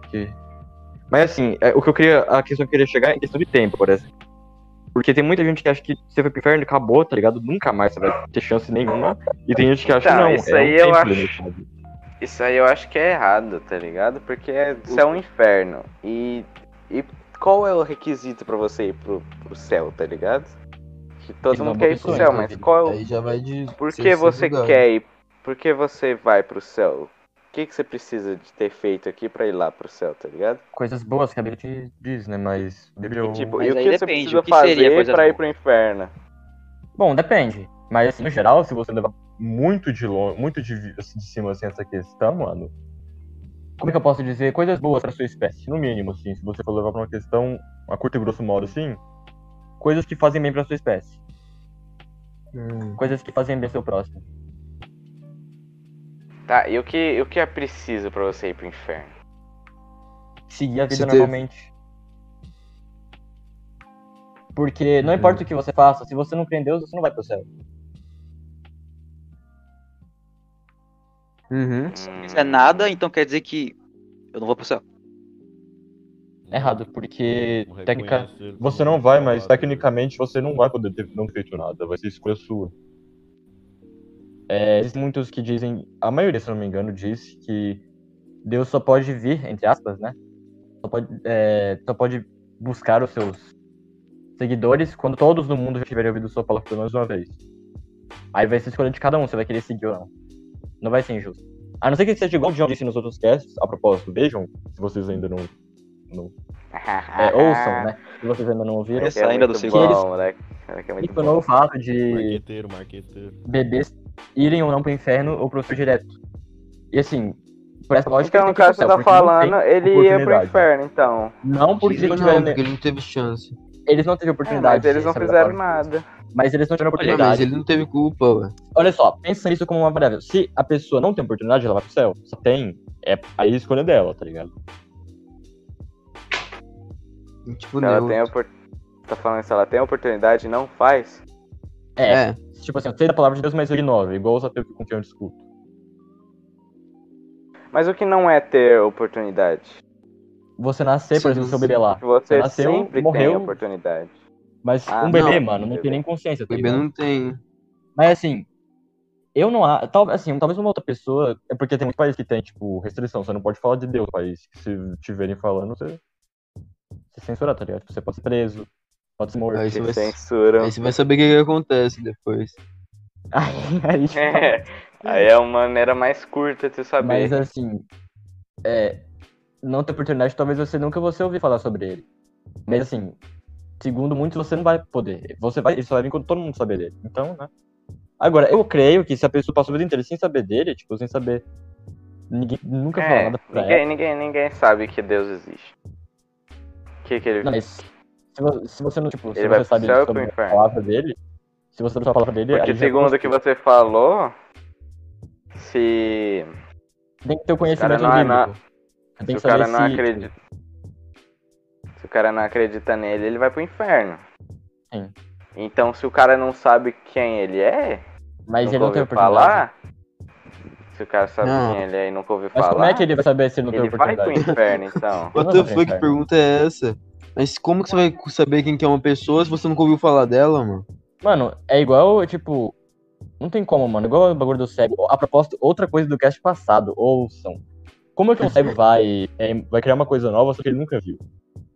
Mas assim, a questão que eu queria chegar é em questão de tempo, por exemplo. Porque tem muita gente que acha que você foi pro inferno e acabou, tá ligado? Nunca mais você vai ter chance nenhuma. E tem gente que acha que Então, não, isso é aí um eu tempo acho- limitado. Isso aí eu acho que é errado, tá ligado? Porque isso é um inferno. E qual é o requisito pra você ir pro céu, tá ligado? Que todo Isso mundo é quer uma ir pro pessoa, céu, né, mas filho? qual é o... Aí já vai de. Por ser que você lugar. quer ir? Por que você vai pro céu? O que você precisa de ter feito aqui pra ir lá pro céu, tá ligado? Coisas boas que a Bíblia te diz, né? Mas E, tipo, Mas e o aí que você depende, precisa o que seria fazer coisas pra ir boas? pro inferno? Bom, depende. Mas assim, no geral, se você levar muito de longe, muito de cima assim, essa questão, mano. Como é que eu posso dizer? Coisas boas pra sua espécie, no mínimo, assim. Se você for levar pra uma questão, a curto e grosso modo, assim. Coisas que fazem bem pra sua espécie. Coisas que fazem bem ao seu próximo. Tá, e o que é preciso pra você ir pro inferno? seguir a vida Você teve- normalmente. Porque não importa o que você faça, se você não crê em Deus, você não vai pro céu. Uhum. Se eu não fizer nada, então quer dizer que eu não vou pro céu. Errado, porque Não técnica... reconhece ele você como não vai, mas culpado. tecnicamente você não vai poder ter não feito nada, vai ser escolha sua. Existem muitos que dizem, a maioria, se não me engano, diz que Deus só pode vir, entre aspas, né? Só pode buscar os seus seguidores quando todos no mundo já tiverem ouvido sua palavra pelo menos uma vez. Aí vai ser escolha de cada um, se vai querer seguir ou não. Não vai ser injusto. A não ser que seja igual o John disse nos outros casts, a propósito, vejam, se vocês ainda não ouçam, né? Se vocês ainda não ouviram. Essa ainda do muito segundo. bom, moleque. Moleque é muito Mencionou bom. o fato de Marqueteiro. bebês irem ou não pro inferno ou pro céu direto. E assim, por essa lógica, Então, ele no tem que ir caso pro que céu, você tá porque não tem falando, ele ia pro oportunidade. inferno, então. Não porque Dizem eles que tiveram... não, porque ele não teve chance. Eles não tiveram oportunidade. Mas eles de não saber da fizeram palavra de Deus. nada. Mas eles não tiveram Ah, mas oportunidade. ele não teve culpa, ué. Olha só, pensa nisso como uma variável. Se a pessoa não tem oportunidade, ela vai pro céu. Se tem, aí a escolha dela, tá ligado? Tipo, Se ela neutro. tem Tá falando se ela tem a oportunidade e não faz. É. Tipo assim, eu sei da palavra de Deus, mas eu ignoro. Igual os ateus com quem eu discuto. Mas o que não é ter oportunidade? Você nascer, por Sim, exemplo, seu bebê lá. Você nasceu, sempre tem morreu. oportunidade. Mas Ah, um bebê, não. mano, não tem nem consciência, O tá bebê ligado? não tem. Mas assim, eu não acho. Talvez uma outra pessoa. É porque tem muitos países que tem, tipo, restrição. Você não pode falar de Deus no país. Que se estiverem falando, você censura, tá ligado? Tipo, você pode ser preso, pode ser morto. Aí Te você vai- censuram. Aí você vai saber o que acontece depois. Aí, tipo, Aí é uma maneira mais curta de você saber. mas assim, não ter oportunidade, talvez você nunca você ouvir falar sobre ele. Mas assim, segundo muitos, você não vai poder. Ele só vai vir quando todo mundo saber dele. Então, né? Agora, eu creio que se a pessoa passou a vida inteira sem saber dele, tipo, sem saber. Ninguém nunca falou nada pra ela. ninguém sabe que Deus existe. Que ele... Não, mas se você não, tipo, se Ele vai você pro sabe céu ou pro sobre a inferno? palavra dele, se você sabe a palavra dele, Porque aí já segundo o que você falou, se tem que ter o conhecimento não é bíblico. Tem se que o cara saber não se, acredita, se o cara não acredita nele, ele vai pro inferno. Sim. Então, se o cara não sabe quem ele é, mas ele nunca não tem ouviu oportunidade. falar, se o cara sabe Não. quem ele é e nunca ouviu Mas falar, como é que ele vai saber se ele não tem ele vai pro oportunidade? inferno, então. Ele What não the vai pro fuck, que inferno. pergunta é essa? Mas como que você vai saber quem que é uma pessoa se você nunca ouviu falar dela, mano? Mano, é igual, tipo. Não tem como, mano. Igual o bagulho do cego. A propósito, outra coisa do cast passado. Ouçam. Como é que um cego vai criar uma coisa nova só que ele nunca viu?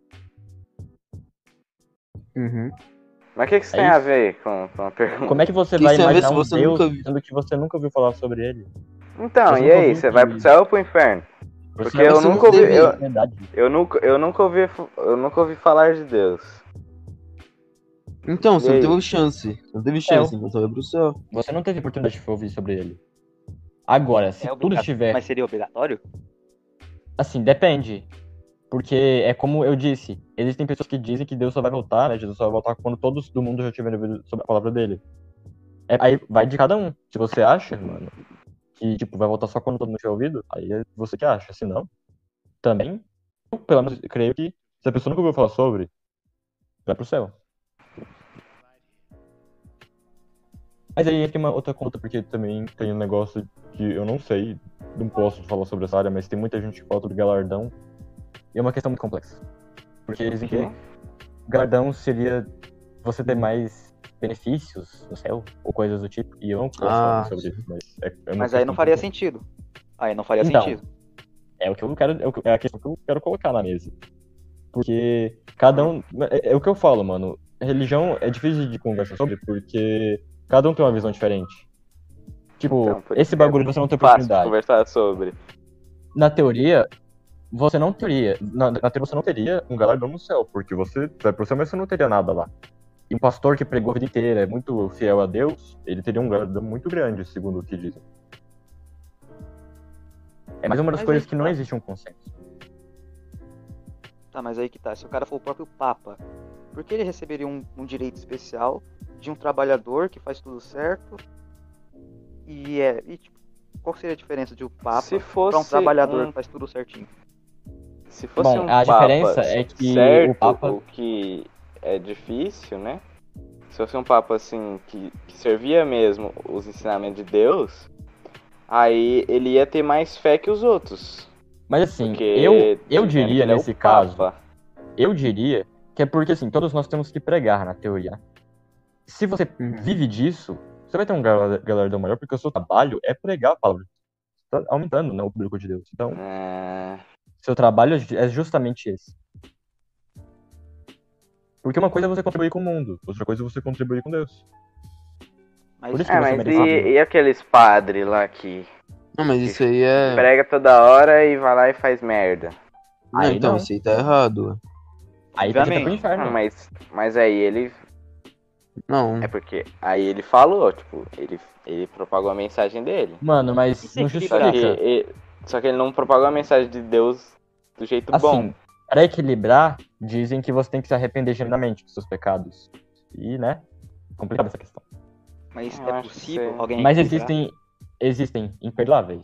Uhum. Mas o que isso É tem a isso. ver com a pergunta? Como é que você Que vai isso tem a ver imaginar se um você Deus nunca viu? sendo que você nunca ouviu falar sobre ele? Então, Você e nunca aí, ouviu você vai pro que- céu ou pro inferno? Você Porque vai eu você nunca não ouvi, teve- eu nunca ouvi falar de Deus. Então, você E não aí? teve chance. Não teve chance, então você vai pro céu. Você não teve oportunidade de ouvir sobre ele. Agora, se tudo estiver. Mas seria obrigatório? Assim, depende. Porque é como eu disse, existem pessoas que dizem que Deus só vai voltar, né? Jesus só vai voltar quando todos do mundo já tiverem ouvido sobre a palavra dele. Aí vai de cada um. Se você acha, mano, que tipo, vai voltar só quando todo mundo tiver ouvido, aí é você que acha. Se não, também, eu, pelo menos, creio que se a pessoa nunca ouviu falar sobre, vai pro céu. Mas aí tem uma outra conta, porque também tem um negócio que eu não sei, não posso falar sobre essa área, mas tem muita gente que fala sobre galardão. E é uma questão muito complexa. Porque dizem que galardão seria você ter mais benefícios no céu, ou coisas do tipo, e eu não posso falar sobre isso, mas é uma Mas aí não questão faria complexa. sentido. Aí não faria Então, sentido. É o que eu quero, é a questão que eu quero colocar na mesa. Porque cada um. É o que eu falo, mano. Religião é difícil de conversar sobre, porque cada um tem uma visão diferente. Tipo, Então, por esse isso bagulho de você não ter fácil de oportunidade. conversar sobre. Na teoria, você não teria. Na teoria, você não teria um galardão no céu, porque você vai pro céu, mas você não teria nada lá. E um pastor que pregou a vida inteira, é muito fiel a Deus, ele teria um galardão muito grande, segundo o que dizem. É mais uma das Mas coisas aí que não tá. existe um consenso. Tá, mas aí que tá. Se o cara for o próprio Papa, por que ele receberia um direito especial de um trabalhador que faz tudo certo? E tipo, qual seria a diferença de um Papa Se pra um fosse trabalhador um- que faz tudo certinho? se fosse Bom, um a papa diferença é que certo, o Papa- o que é difícil, né? Se fosse um papa assim que servia mesmo os ensinamentos de Deus, aí ele ia ter mais fé que os outros. Mas assim, Porque eu dizendo que diria ele é o nesse caso, papa. eu diria que é porque assim, todos nós temos que pregar na teoria. Se você vive disso, você vai ter um galardão maior, porque o seu trabalho é pregar a palavra. Tá aumentando, né, o público de Deus. Então, seu trabalho é justamente esse. Porque uma coisa é você contribuir com o mundo, outra coisa é você contribuir com Deus. Mas Por isso que você Mas merece e aqueles padres lá que Não, mas isso aí é. prega toda hora e vai lá e faz merda? Não, Aí então, não. isso aí tá errado. Aí tem que ir pro Obviamente. inferno. Mas aí ele. Não. É porque aí ele falou, tipo, ele propagou a mensagem dele. Mano, mas Isso é não Só que, justifica. só que ele não propagou a mensagem de Deus do jeito bom. Assim, pra equilibrar, dizem que você tem que se arrepender genuinamente dos seus pecados. E, né? Complicada essa questão. Mas Eu é acho que possível sim. alguém Mas equilibrar? existem imperdoáveis.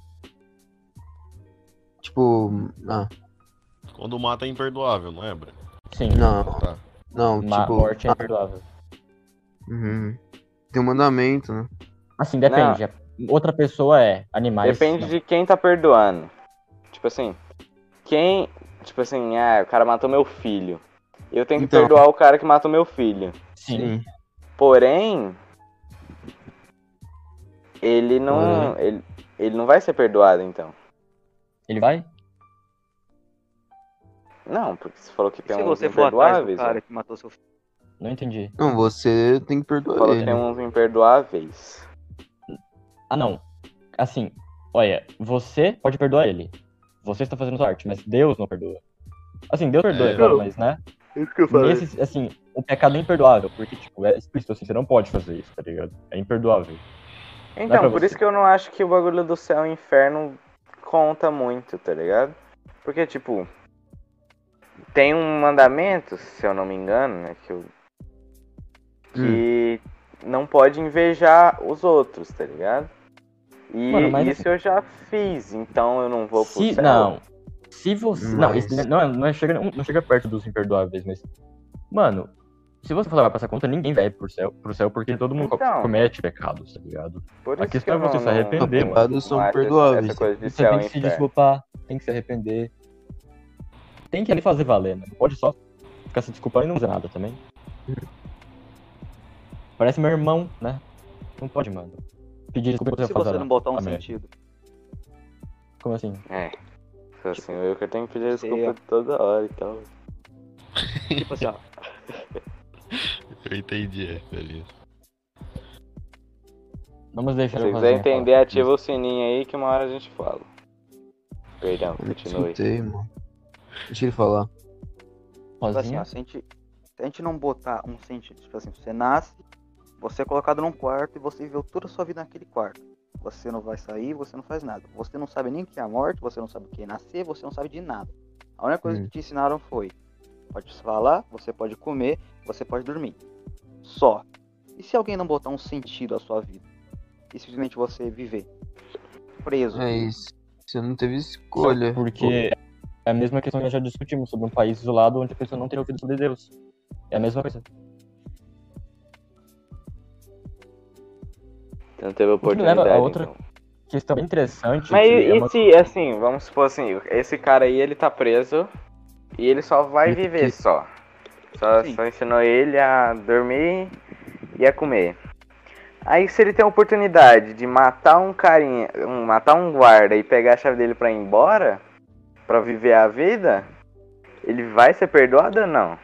Tipo. Ah, Quando mata é imperdoável, não é, Breno? Sim, não. Tá. Não, tipo. morte é imperdoável. Uhum. Tem um mandamento, né? Assim, depende. Outra pessoa é animais. Depende não. de quem tá perdoando. Tipo assim, quem. Tipo assim, o cara matou meu filho. Eu tenho que Então. perdoar o cara que matou meu filho. Sim. Porém, ele não. Ele não vai ser perdoado então. Ele vai? Não, porque você falou que E tem se uns você for atrás do imperdoáveis. cara Ó. que matou seu filho? Não entendi. Não, você tem que Você perdoar falou que ele. tem uns imperdoáveis. Ah, não. Assim, olha, você pode perdoar ele. Você está fazendo sua arte, mas Deus não perdoa. Assim, Deus perdoa, É. claro, mas, né? Isso que eu Nesse, assim, o pecado é imperdoável, porque, tipo, é explícito, assim, você não pode fazer isso, tá ligado? É imperdoável. Não é Então, pra por você. isso que eu não acho que o bagulho do céu e inferno conta muito, tá ligado? Porque, tipo, tem um mandamento, se eu não me engano, né, que não pode invejar os outros, tá ligado? E Mano, mas isso eu já fiz, então eu não vou pro céu. Não. Se você. Não, Mas- esse não chega perto dos imperdoáveis, mas. Mano, se você for levar pra essa conta, ninguém vai pro céu porque todo mundo Então. comete pecados, tá ligado? Por A isso questão que é eu você se arrepender, Os mano. pecados são acho perdoáveis. essa coisa de Você céu tem e que se inferno. desculpar, tem que se arrepender. Tem que ali fazer valer, né? Não pode só ficar se desculpando e não fazer nada também. Parece meu irmão, né? Não pode, mano. Pedir desculpa pra Se fazer você não botar um a merda. sentido. Como assim? Tipo assim, eu que tenho que pedir Você- desculpa toda hora e tal. Tipo assim, ó. Eu entendi, beleza. Vamos deixar Se eu você fazer quiser entender, ativa o sininho aí que uma hora a gente fala. Perdão, Eu não continue. escutei, mano. Deixa ele falar. Tipo assim, sozinho. ó, se a gente não botar um sentido, tipo assim, você nasce, você é colocado num quarto e você viveu toda a sua vida naquele quarto. Você não vai sair, você não faz nada. Você não sabe nem o que é a morte, você não sabe o que é nascer, você não sabe de nada. A única coisa que te ensinaram foi: pode falar, você pode comer, você pode dormir. Só. E se alguém não botar um sentido à sua vida? E simplesmente você viver preso? É isso. Você não teve escolha. Porque é a mesma questão que nós já discutimos sobre um país isolado onde a pessoa não tem ouvido sobre Deus. É a mesma coisa. Então teve O que me leva oportunidade. a outra então. questão bem interessante. Mas que é e uma- se, assim, vamos supor assim, esse cara aí, ele tá preso e ele só vai Porque- viver só. Só Sim. ensinou ele a dormir e a comer. Aí se ele tem a oportunidade de matar um carinha, matar um guarda e pegar a chave dele pra ir embora, pra viver a vida, ele vai ser perdoado ou não?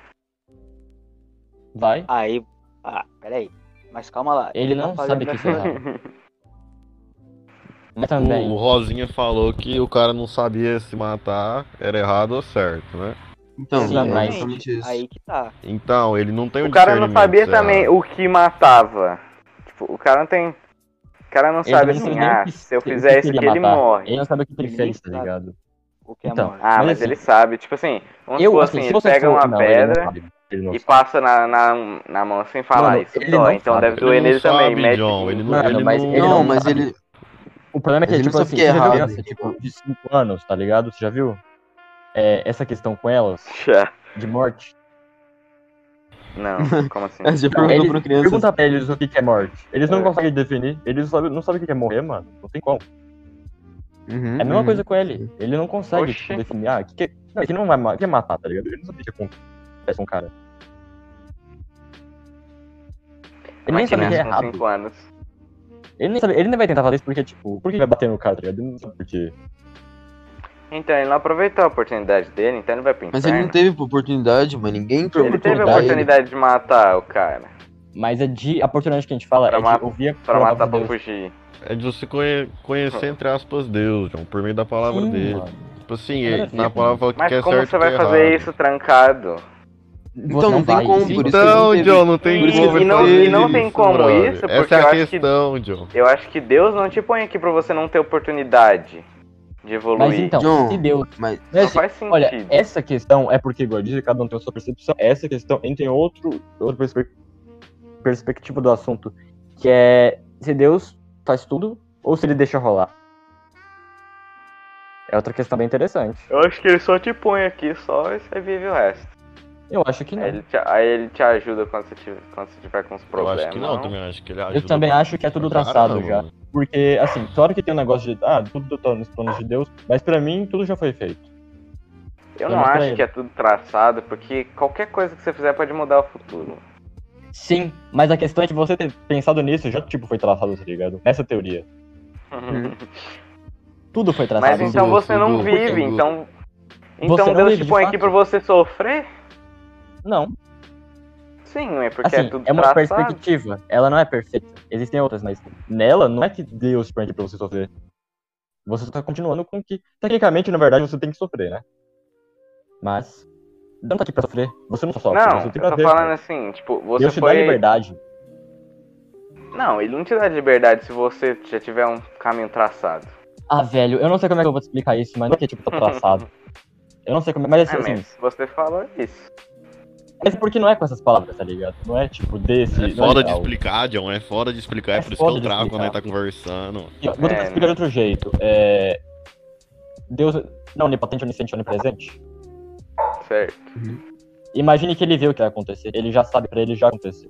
Vai. Aí. Ah, peraí. Mas calma lá. Ele tá não fazendo sabe que isso é essa- errado. Mas também. O Rosinha falou que o cara não sabia se matar era errado ou certo, né? Então, Sim, é mas- exatamente isso. Aí que tá. Então, ele não tem O cara não discernimento sabia se também é- o que matava. Tipo, o cara não tem. O cara não Ele sabe também não assim, sabe nem o que- se eu o que fizer isso queria aqui, ele matar. morre. Ele não sabe o que ele Ele fez, tá nem sabe. ligado? O que é Então, morte. Ah, mas assim, ele sabe, tipo assim, vamos eu, supor assim, assim, se ele você pega for... uma não, ele não pedra sabe. Ele não e sabe. passa na mão assim e fala, Mano, isso ele dói, não então sabe. deve doer Ele não nele também, sabe, mete John, aqui. ele não, Mano, ele mas não... ele Não, não mas sabe. ele. O problema é que, Mas ele tipo não assim, sabe que é você já viu errado, criança, entendeu? tipo, de 5 anos, tá ligado? Você já viu? essa questão com elas, Já. de morte. Não, como assim? Você perguntou Eles, pra criança. pergunta pra eles o que é morte. Eles não É. conseguem definir, eles não sabem o que é morrer, mano. Não tem como. Uhum, É a mesma coisa com ele. Ele não consegue Oxi. tipo, definir. Ah, que não vai o que é matar, tá ligado? Ele não sabe o que acontece com um cara. Ele nem Uma sabe o que é criança com errado. 5 anos. Ele nem vai tentar fazer isso porque, tipo, por que ele vai bater no cara, tá ligado? Ele não sabe por quê. Então, ele não aproveitou a oportunidade dele, então ele vai pro Mas ele não inferno. teve oportunidade, mano. Ninguém perguntou Ele teve a pra ele. oportunidade de matar o cara. Mas a oportunidade que a gente fala Pra é matar- de ouvir a Pra matar palavra pra de Deus. fugir. É de você conhecer, entre aspas, Deus, João, por meio da palavra Sim, dele. mano. Tipo assim, Nada a ver, na palavra fala o que Mas é como certo você e o que vai é fazer errado. isso trancado? Então não tem vai. como, Sim, por isso que Então, ele não teve. John, não tem Por isso que como ele ele não- fazer e não tem isso, como brother. isso, porque Essa é eu a acho que- questão, John. Eu acho que Deus não te põe aqui pra você não ter oportunidade de evoluir. Mas então, John, se Deus. Mas Não é Não assim, faz sentido. olha, essa questão é porque, igual eu disse, cada um tem a sua percepção. Essa questão, a gente tem outra perspectiva do assunto, que é se Deus faz tudo ou se ele deixa rolar. É outra questão bem interessante. Eu acho que ele só te põe aqui só e você vive o resto. Eu acho que não. Aí ele te ajuda quando você tiver com os Eu problemas. acho que não, também acho que ele ajuda. Eu também acho que é tudo pra traçado caramba, já. mano. Porque, assim, claro que tem um negócio de, tudo tá nos planos de Deus, mas pra mim tudo já foi feito. Eu Vamos não pra acho ele. que é tudo traçado, porque qualquer coisa que você fizer pode mudar o futuro. Sim, mas a questão é que você ter pensado nisso já, tipo, foi traçado, tá ligado? Nessa teoria. Tudo foi traçado. Mas então você não tudo, vive, tudo. então. Você Então não Deus vive, te de põe fato. aqui pra você sofrer? Não. Sim, é porque Assim, é tudo é uma traçado. perspectiva. Ela não é perfeita. Existem outras, mas nela não é que Deus prende pra você sofrer. Você tá continuando com que, tecnicamente, na verdade, você tem que sofrer, né? Mas, não tá aqui pra sofrer. Você não sofre, Não, você eu tem pra tô ter. falando assim, tipo, você Deus te dá foi. liberdade. Não, ele não te dá liberdade se você já tiver um caminho traçado. Ah, velho, eu não sei como é que eu vou te explicar isso, mas não é que, tipo, tá traçado. Eu não sei como é, mas É, assim, mas você falou isso. mas porque não é com essas palavras, tá ligado? Não é, tipo, desse... É não foda de tal. explicar, John, é foda de explicar. É, É por isso que foda eu de travo quando a gente explicar. tá conversando. E, ó, vou tentar É, explicar de outro jeito. Deus não é onipotente, onisciente, onipresente? Certo. Imagine que ele vê o que vai acontecer. Ele já sabe, pra ele já aconteceu.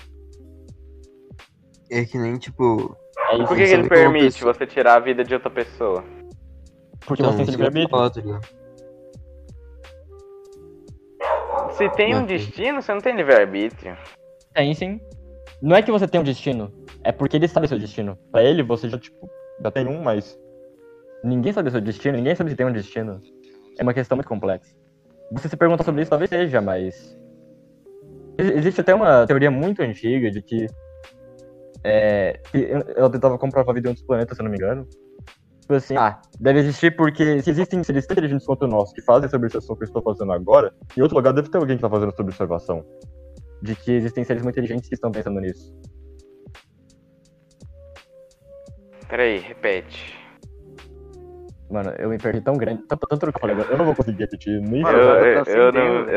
é que nem, tipo. É isso. Por que Você ele vê como uma permite pessoa- você tirar a vida de outra pessoa? Porque Então, você tem isso que eu ia livre-arbítrio. falar, tá ligado? Se tem um Ok. destino, você não tem livre-arbítrio. Tem, sim. Não é que você tem um destino. É porque ele sabe seu destino. Pra ele, você já, tipo, já tem um, mas... Ninguém sabe seu destino, ninguém sabe se tem um destino. É uma questão muito complexa. Você se perguntar sobre isso, talvez seja, mas... Existe até uma teoria muito antiga de que... Eu tentava comprovar a vida em outros planetas, se eu não me engano. Tipo assim, deve existir porque se existem seres tão inteligentes quanto o nosso que fazem essa observação que eu estou fazendo agora, em outro lugar deve ter alguém que tá fazendo essa observação. De que existem seres muito inteligentes que estão pensando nisso. Peraí, repete. Mano, eu me perdi tão grande, tanto que eu falei agora, eu não vou conseguir repetir nem Mano, Eu eu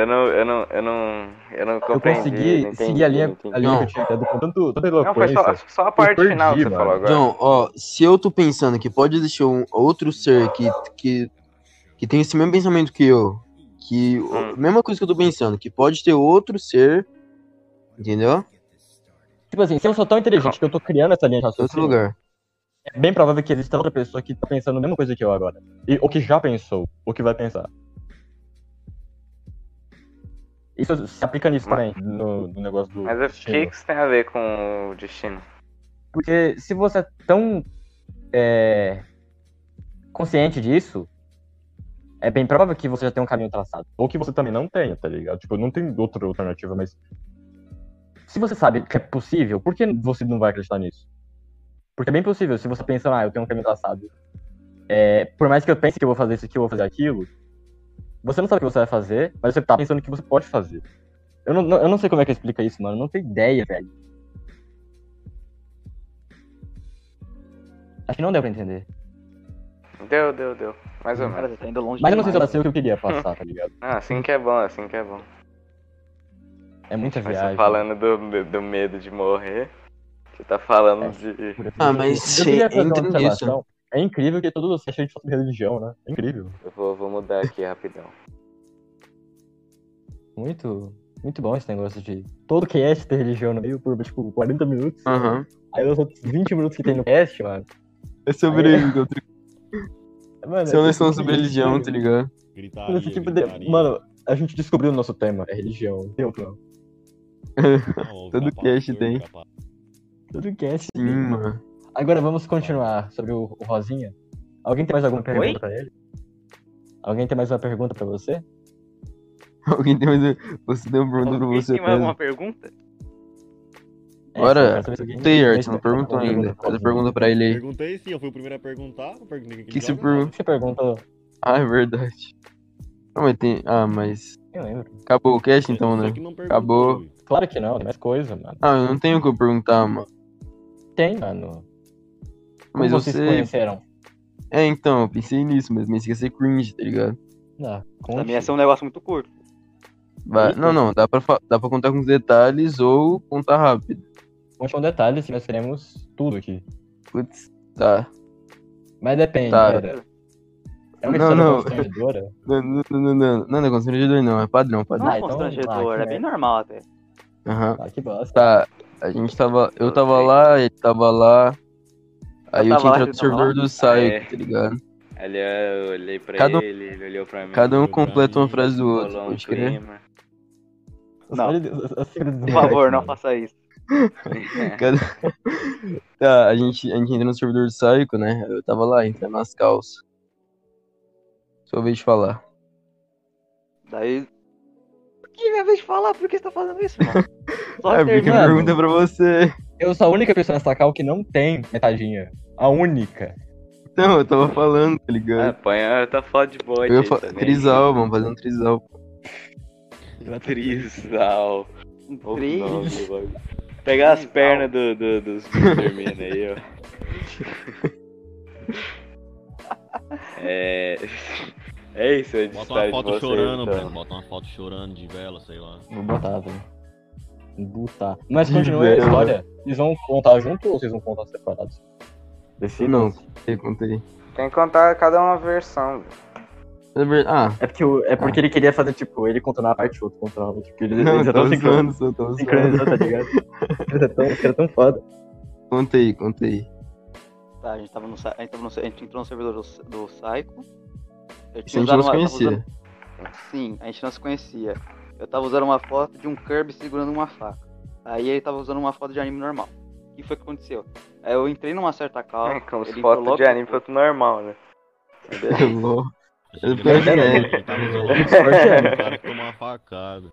não eu compreendi. consegui não entendi, seguir a linha não entendi. que eu tinha dado com tanta Não, foi eloquência. só a parte perdi, final que você mano. falou agora. John, ó, se eu tô pensando que pode existir um outro ser que tem esse mesmo pensamento que eu, mesma coisa que eu tô pensando, que pode ter outro ser, entendeu? Tipo assim, se eu sou tão inteligente que eu tô criando essa linha de Em outro raciocínio, lugar. é bem provável que exista outra pessoa que tá pensando a mesma coisa que eu agora. Ou que já pensou, ou que vai pensar. Isso se aplica nisso também, no negócio do Mas o destino. que isso tem a ver com o destino? Porque se você é tão consciente disso, é bem provável que você já tenha um caminho traçado. Ou que você também não tenha, tá ligado? Tipo, não tem outra alternativa, mas... Se você sabe que é possível, por que você não vai acreditar nisso? Porque é bem possível, se você pensa, eu tenho um caminho traçado. Por mais que eu pense que eu vou fazer isso aqui, eu vou fazer aquilo, você não sabe o que você vai fazer, mas você tá pensando que você pode fazer. Eu não sei como é que explica isso, mano. Eu não tenho ideia, velho. Acho que não deu pra entender. Deu. Mais ou Cara, menos. você tá indo longe Mas eu não sei se eu demais. passei o que eu queria passar, tá ligado? Assim que é bom, assim que é bom. É muita Mas viagem. você falando do medo de morrer, você tá falando de... Ah, mas Eu queria fazer uma entra nisso. observação. É incrível que todos os casts a gente fala sobre religião, né? É incrível. Eu vou mudar aqui rapidão. Muito, muito bom esse negócio de todo cast ter religião no meio por, tipo, 40 minutos. Aham. Aí os outros 20 minutos que tem no cast, mano. É sobre Aí- isso, Mano, isso é uma esse lição tipo sobre de- religião, tá ligado? Gritaria, Esse tipo de... gritaria. Mano, a gente descobriu o nosso tema, é religião, não tem outro não. Não, todo capaz, cast foi, tem. capaz. Todo cast. Sim, mano. Agora vamos continuar sobre o Rosinha. Alguém tem mais alguma pergunta pra ele? Alguém tem mais uma pergunta pra você? Alguém tem mais. Você tem uma pergunta pra Alguém você tem mais alguma mesmo. pergunta? Bora. sim, eu quero saber se alguém Tem, tem Art, não mais perguntou alguma ainda. pergunta Faz a pra pergunta pra ele aí. Perguntei sim, eu fui o primeiro a perguntar. Eu perguntei quem Que você joga. O perguntou? que você perguntou? Ah, é verdade. Não, mas tem. Ah, mas. Eu lembro. Acabou o cast então, Você né? que não perguntou, Acabou. Luiz. Claro que não, tem mais coisa, mano. Ah, eu não tenho o que eu perguntar, mano. Tem, mano. Mas Como vocês se você. conheceram? É, então, eu pensei nisso, mas pensei que ia ser cringe, tá ligado? Ah, Pra conte. mim ia ser um negócio muito curto. Não, dá pra contar com os detalhes ou contar rápido. Conte com detalhes que nós teremos tudo aqui. Putz, tá. Mas depende, Tá. cara. É uma Não, história não. constrangedora? Não é constrangedor, não. É padrão, Não padrão. Ah, é então- constrangedor, que é bem merda. normal até. Aham. Ah, que bosta. Tá, a gente tava. Eu tava lá, ele tava lá. Aí eu tava tinha lá, entrado no ele tava servidor lá? do Psycho, é. tá ligado? Ali eu olhei pra Cada um- ele olhou pra mim. Cada um olhou pra completa uma mim, frase do outro, rolou um pode crer? clima. Não. Por Por favor, não faça isso. Cada... Tá, a gente entrou no servidor do Psycho, né? Eu tava lá, entrando nas calças. Sua vez de falar. Daí. Por que minha vez de falar? Por que você tá fazendo isso, mano? Só Ah, porque termina. pergunta pra você. Eu sou a única pessoa nessa cal que não tem metadinha. A única. Não, eu tava falando, tá Ah, ligado? Apanhar tá foda de bode. Eu ia aí também. trisal, vamos fazer um trisal. Trisal. Olha o Três. nome do bagulho. Pegar as pernas dos dormindo aí, ó. É isso, eu Bota uma de foto vocês, chorando, então. Breno. Bota uma foto chorando de vela, sei lá. Vou botar, velho. Vou botar. Mas De continua a vela. história. Vocês vão contar junto ou vocês vão contar separados? Não, contei. Tem que contar cada uma versão. Ah, É porque ele queria fazer, tipo, ele contando uma parte e outro contando a outra. Porque ele não, já tava tão zoando, só tava zoando. sincronizado, tá ligado? Ele era tão foda. Contei. Tá, a gente tava no, a gente entrou no servidor do Psycho. Eu Isso a gente não se tava conhecia. usando- Sim, a gente não se conhecia. Eu tava usando uma foto de um Kirby segurando uma faca. Aí ele tava usando uma foto de anime normal. O que foi que aconteceu? Aí eu entrei numa certa cal. Como se ele foto falou de anime fosse normal, né? Lol. Ele Ele foi tava assim, ele tava usando o cara que tomou uma facada.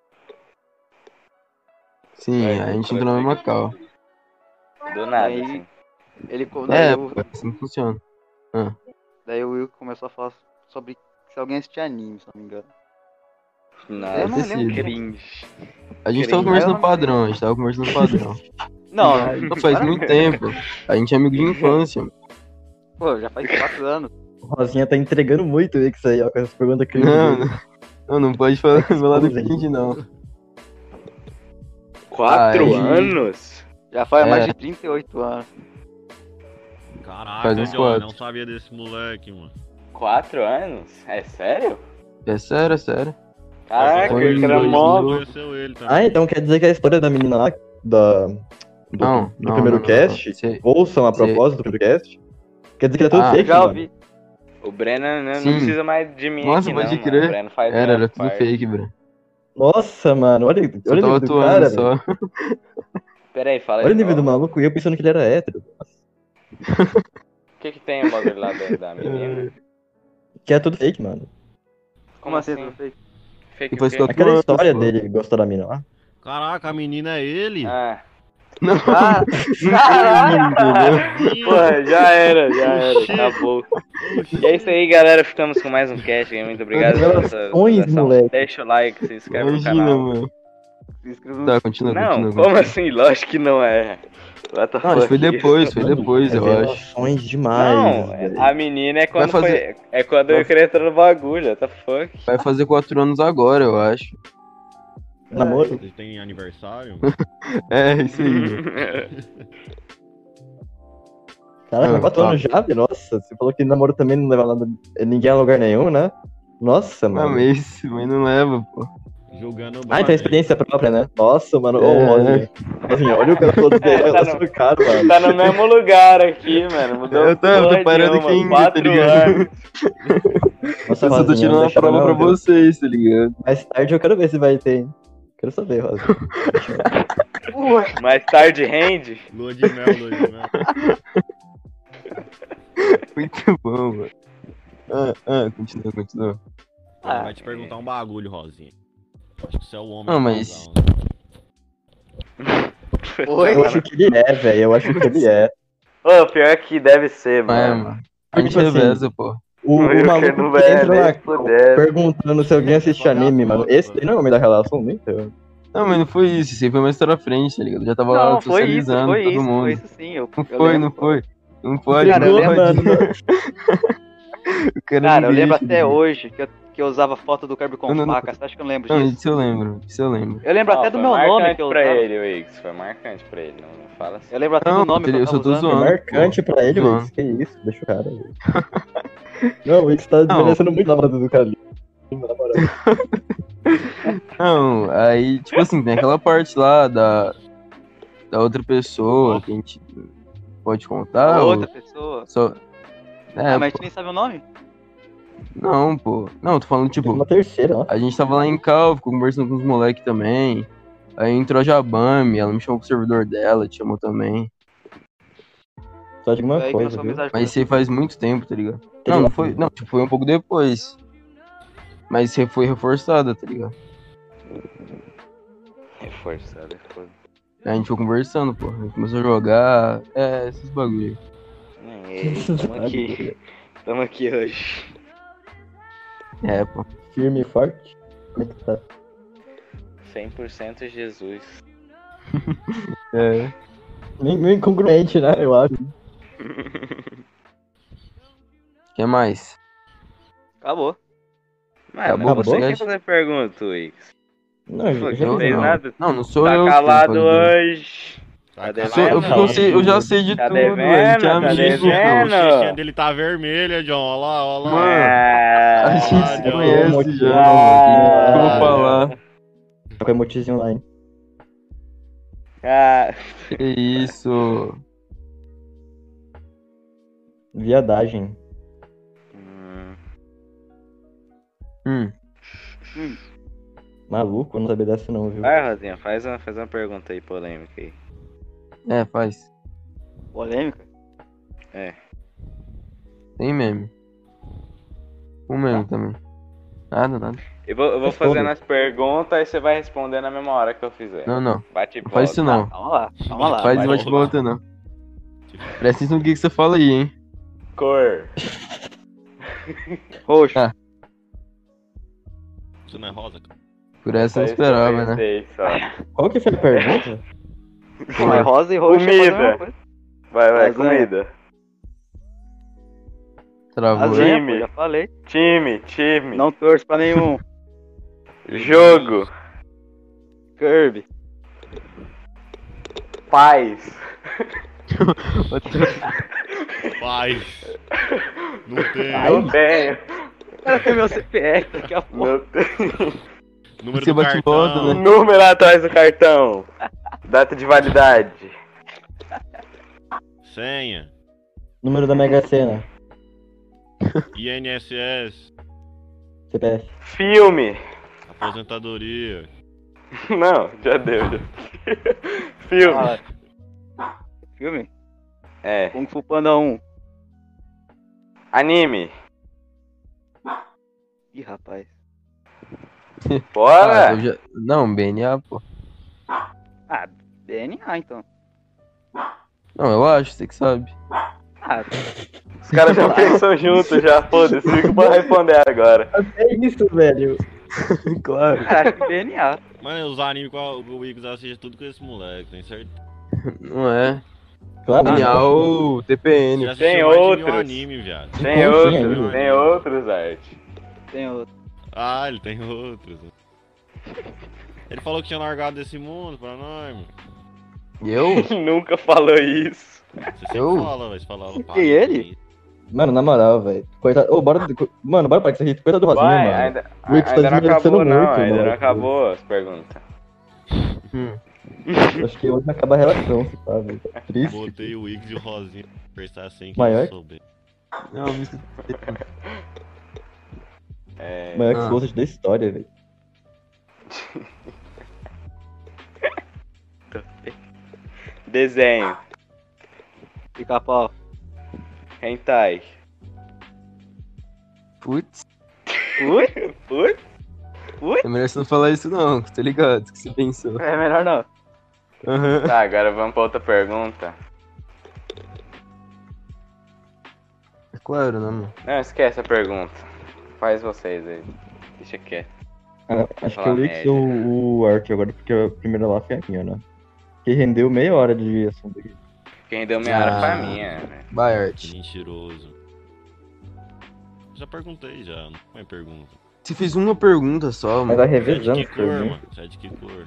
Sim, a gente entrou na mesma cal. Do nada, Aí- assim. Ele, daí, É, eu- pô, assim que funciona. daí o Will começou a falar sobre se alguém assistia anime, se não me engano. Não, Eu não Deve ter lembro. sido. cringe. A gente tava Querido, conversando eu não padrão, a gente tava conversando padrão. Não, Não, faz muito tempo. A gente é amigo de infância, mano. Pô, já faz 4 anos. O Rosinha tá entregando muito aí com isso aí, ó, com essa pergunta que Não pode falar do cringe, não. 4 Aí- anos? Já faz mais É. de 38 anos. Caraca, Faz uns John, quatro. não sabia desse moleque, mano. 4 anos? É sério? É sério, é sério. Caraca, Foi que era dois mó. mil. Conheceu ele também. Ah, então quer dizer que a história da menina lá, do Não, primeiro não. cast, Cê- ouçam a cê- propósito do primeiro cast, quer dizer que ele é todo Ah, fake, Já mano. ouvi. O Breno não Sim. precisa mais de mim Nossa, aqui, pode não, crer. mano. O Breno faz Era minha tudo parte. fake, bro. Nossa, mano, olha Só o tava nível do atuando cara, velho. só. Pera aí, fala Olha o de nível do novo. maluco e eu pensando que ele era hétero. O que tem o bagulho lá da menina? Que é tudo fake, mano. Como assim? Tudo fake? Fake Depois o que quê? eu- Aquela Mano, história pô. dele gostou da mina lá. Caraca, a menina é ele? Ah, Não, Ah, entendeu? pô, já era, acabou. E é isso aí, galera. Ficamos com mais um cast. Muito obrigado pela sua Revelações, atenção. moleque. Deixa o like, se inscreve no Imagina, canal. mano. se inscreva no Tá, continua. Não, como assim? Lógico que não é. What the Não, acho que foi fuck? depois, eu acho. Revelações demais. Não, velho. a menina é quando Vai fazer- foi. É quando eu queria entrar no bagulho, what the fuck? Vai fazer 4 anos agora, eu acho. Namoro. Ele tem aniversário? É, isso aí. Caraca, Ah, 4 anos já, velho? Nossa, você falou que namoro também não leva nada, ninguém a lugar nenhum, né? Nossa, Ah, mano. mas não leva, pô. Julgando o Ah, tem experiência própria, né? Nossa, mano. Ô, É. Rosinha. Rosinha, olha o que ela falou do Tá na no- sua cara, mano. Tá no mesmo lugar aqui, mano. Mudou Eu tô porra parando nenhuma, aqui ainda, 4 tá ligado? anos. Nossa, Eu só tô Rosinha, tirando não a deixa prova não, pra viu? vocês, tá ligado? Mais tarde eu quero ver se vai ter, hein? Quero saber, Rosinha. Mais tarde rende. Lua de mel, lua de mel. Muito bom, mano. Continua. Ele vai te perguntar um bagulho, Rosinha. Acho que você é o homem. Ah, do mas- casal, Oi? Eu acho que ele é, velho. Eu acho que ele é. Ô, pior que deve ser, Mas, mano. mano. A Porque, gente tipo assim, reveza, pô. O Eu maluco quero que ver, entra nem na se puder. perguntando se alguém assiste anime, mano. Esse daí não é o homem da relação, nem então. Não, mas não foi isso. Isso aí foi uma história à frente, tá ligado? Eu já tava lá Não, foi isso, socializando foi todo isso, mundo. foi isso sim. Eu Não lembro. foi. Não pode, Cara, não eu pode. lembro- O cara Cara, eu me lembro deixa, até ligado? hoje que eu usava foto do Kirby com Não, não. faca. Você acha que eu não lembro Não, disso? isso eu lembro. Eu lembro até do meu nome que eu pra usava. ele, Wix. Foi marcante pra ele. Não fala assim. Eu lembro até Não, do nome que eu eu só tava tô usando. É zoando. marcante pra ele, Zoando. Wix. Que isso? Deixa o cara, velho. Não, o Wix tá desmerecendo muito a namorada do cara ali. Na moral. Não, aí, tipo assim, tem aquela parte lá da outra pessoa que a gente pode contar. A ou outra pessoa. Só... É, Ah, mas a pô, gente nem sabe o nome? não, pô. Não, eu tô falando, Teve tipo, uma terceira, ó. a gente tava lá em Cal, ficou conversando com os moleques também. Aí entrou a Jabami, ela me chamou pro servidor dela, te chamou também. Só de uma Foi aí que coisa, nossa viu? amizade Mas isso aí faz muito tempo, tá ligado? Teve Não, uma- não foi. Não, tipo, foi um pouco depois. Mas foi reforçada, tá ligado? Reforçado, é foda. Aí a gente foi conversando, pô. A gente começou a jogar. É, esses bagulho. E aí, tamo aqui. Tamo aqui hoje. É, pô. Firme e forte. Como é que tá? 100% Jesus. É. Meio incongruente, né? Eu acho. O que mais? Acabou. Mano, Acabou você você? quer fazer pergunta, Wix? Não, Pô, já não fez não. nada? Não, não sou Tá eu. que tenho que calado fazer. hoje. Tá Tá calado, devendo? Eu já sei de Tá tudo, velho. A gente é devendo? Tá amigo, devendo? pô. A bochechinha dele tá vermelha, John. Olha lá, olha lá. Mano, Ah, A gente se John. conhece já. Ah, Eu vou falar. Tá com emotizinho lá, hein? ah, Que isso. Viadagem. hum. Maluco, eu não sabia dessa não, viu? Vai, Rosinha, faz uma pergunta aí polêmica aí. É, faz. Polêmica? Tem meme. Um meme também. Nada. Eu vou Responda. fazendo as perguntas e você vai responder na mesma hora que eu fizer. Não. Bate e Não faz isso volta. não. Calma lá, calma lá. Faz vai e lá. bate e volta, não. Presta atenção no que você fala aí, hein? Cor. Roxo. Ah. Isso não é rosa, cara. Por essa eu Só isso esperava, eu né? pensei, só. Qual que foi a pergunta? Mas rosa e roxo é a mesma Comida. coisa. Vai, Lasanha. comida. Travou. Lasanha, Time. pô, já falei. Time. Não torço pra nenhum. Jogo. Kirby. Paz. Paz. Não tem. Não tenho. Cara, tem meu CPF daqui a pouco. Não tenho. Número Você do bate cartão. volta, né? Número atrás do cartão. Data de validade. Senha. Número da Mega Sena. INSS. CPF. Filme. Aposentadoria. Não, já deu. Filme. Ah, filme? É. Kung Fu Panda 1. Anime. Ih, rapaz. Bora. eu já... Não, BNA, pô. Ah, DNA então. Não, eu acho, você que sabe. Ah, Os caras já pensam junto já, foda-se. Fica pra responder agora. É isso, velho. Claro. cara, acho que DNA. Mano, os animes que o Wiggs assiste tudo com esse moleque, tem certeza? Não é. Claro. BNA ou Você TPN. já Tem assistiu mais de 1000 outros. anime, viado. Tem Como assim, outros, amigo? tem outros, Arte. Tem outro. Ah, ele tem outros. Ele falou que tinha largado desse mundo pra nós, mano. Eu? Nunca falou isso. Você sempre Eu? fala, mas falava. Que ele? Mano, na moral, velho. Coitado. Ô, bora. Mano, bora parar com isso aqui. Coitado do Rosinha, Vai, mano. ainda, O Wix tá ainda não desmerecendo acabou, não. muito, Ainda não mano. acabou as perguntas. Acho que hoje acaba a relação, sabe? Tá triste. Botei o Wix e o Rosinha pra conversar assim que Maior? eu souber. Não, me É, Maior que Ah. os gostos da história, velho. desenho. Pica-pau. Hentai. Putz, Putz. é melhor você não falar isso não, tá ligado? O que você pensou? É melhor não. Aham. Tá, agora vamos pra outra pergunta. É claro, né, mano? Não, esquece a pergunta. Faz vocês aí. Deixa quieto. Ah, acho que falar eu li merda. o Art agora, porque a primeira lá foi a minha, né? Que rendeu meia hora de assunto aqui. Quem deu meia hora foi a Ah. minha, né? Vai, Art. Que mentiroso. Já perguntei já, não é pergunta. Você fez uma pergunta só, Mas mano. vai Você é de revezando que as cor, perguntas. mano? Você é de que cor?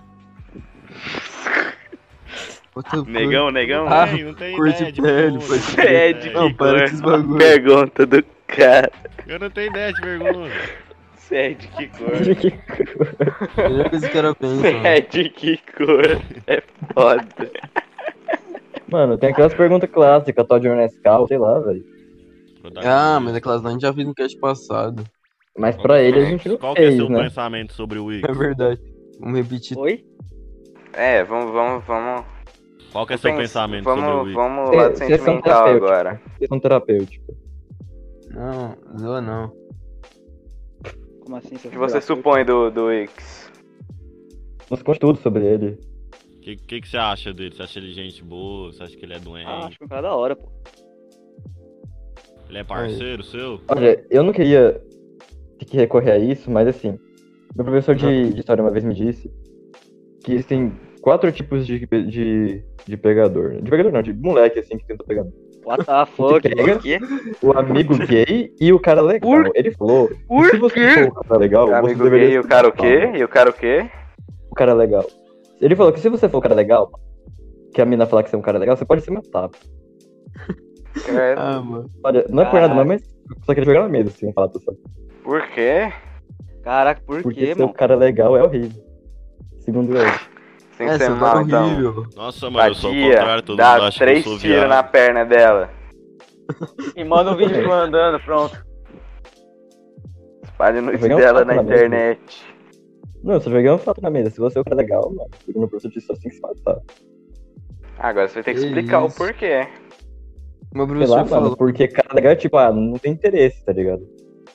Outra Negão, negão. Ah, Não tem cor ideia de pele, pergunta, pode não ser. tem É ideia. de Não, que para cor? com esses bagulho. Pergunta do cara. Eu não tenho ideia de pergunta. Você é de que cor? Melhor coisa que era pensa, Você mano. é de que cor? É foda. Mano, tem aquelas perguntas clássicas, Todd Nescau, sei lá, velho. Ah, mas aquelas lá a gente já fez no cast passado. Mas pra ele a gente não Qual que é fez, seu né? pensamento sobre o Wix? É verdade. Vamos repetir. Oi? É, vamos. Qual que é seu Pensa- pensamento sobre o Vamos, Wix? vamos lá do Sessão sentimental terapêutica. agora. Questão terapêutica. Não, zoa não. Como assim? O que você supõe do Wix? Nos conte tudo sobre ele. O que você acha dele? Você acha ele gente boa? Você acha que ele é doente? Ah, acho que um cara da hora, pô. Ele é parceiro seu? Olha, eu não queria ter que recorrer a isso, mas assim, meu professor de história uma vez me disse que existem 4 tipos de pegador. De pegador não, de moleque assim que tenta pegar. What the fuck? pega? Por quê? O amigo gay e o cara legal. Por- Ele falou, Por se você quê? for o cara legal, O você amigo deveria gay e o se cara o matar, quê? mano. E o cara o quê? O cara legal. Ele falou que se você for o cara legal, que a mina falar que você é um cara legal, você pode se matar. É, Ah, mano. Olha, não é por nada, Caralho. mas só queria jogar na mesa, assim, falar pra você. Por quê? Caraca, por Porque quê, ser mano? um cara legal é horrível. Segundo ele. Tem que Essa ser tá mal, então. horrível. Nossa, mano, eu sou o Batia, contrário, todo mundo dá acha que eu 3 sou tiros na viado. perna dela. E manda um vídeo mandando, pronto. Espalha o nude Pegar um dela papo na na mesa. internet. Não, eu só joguei um fato na mesa. Se você é um cara legal, mano, segundo o professor disse, só tem que se matar. Agora você vai ter que Que explicar isso. o porquê. Meu Sei lá, professor mano, falou. porque cara legal é tipo, não tem interesse, tá ligado?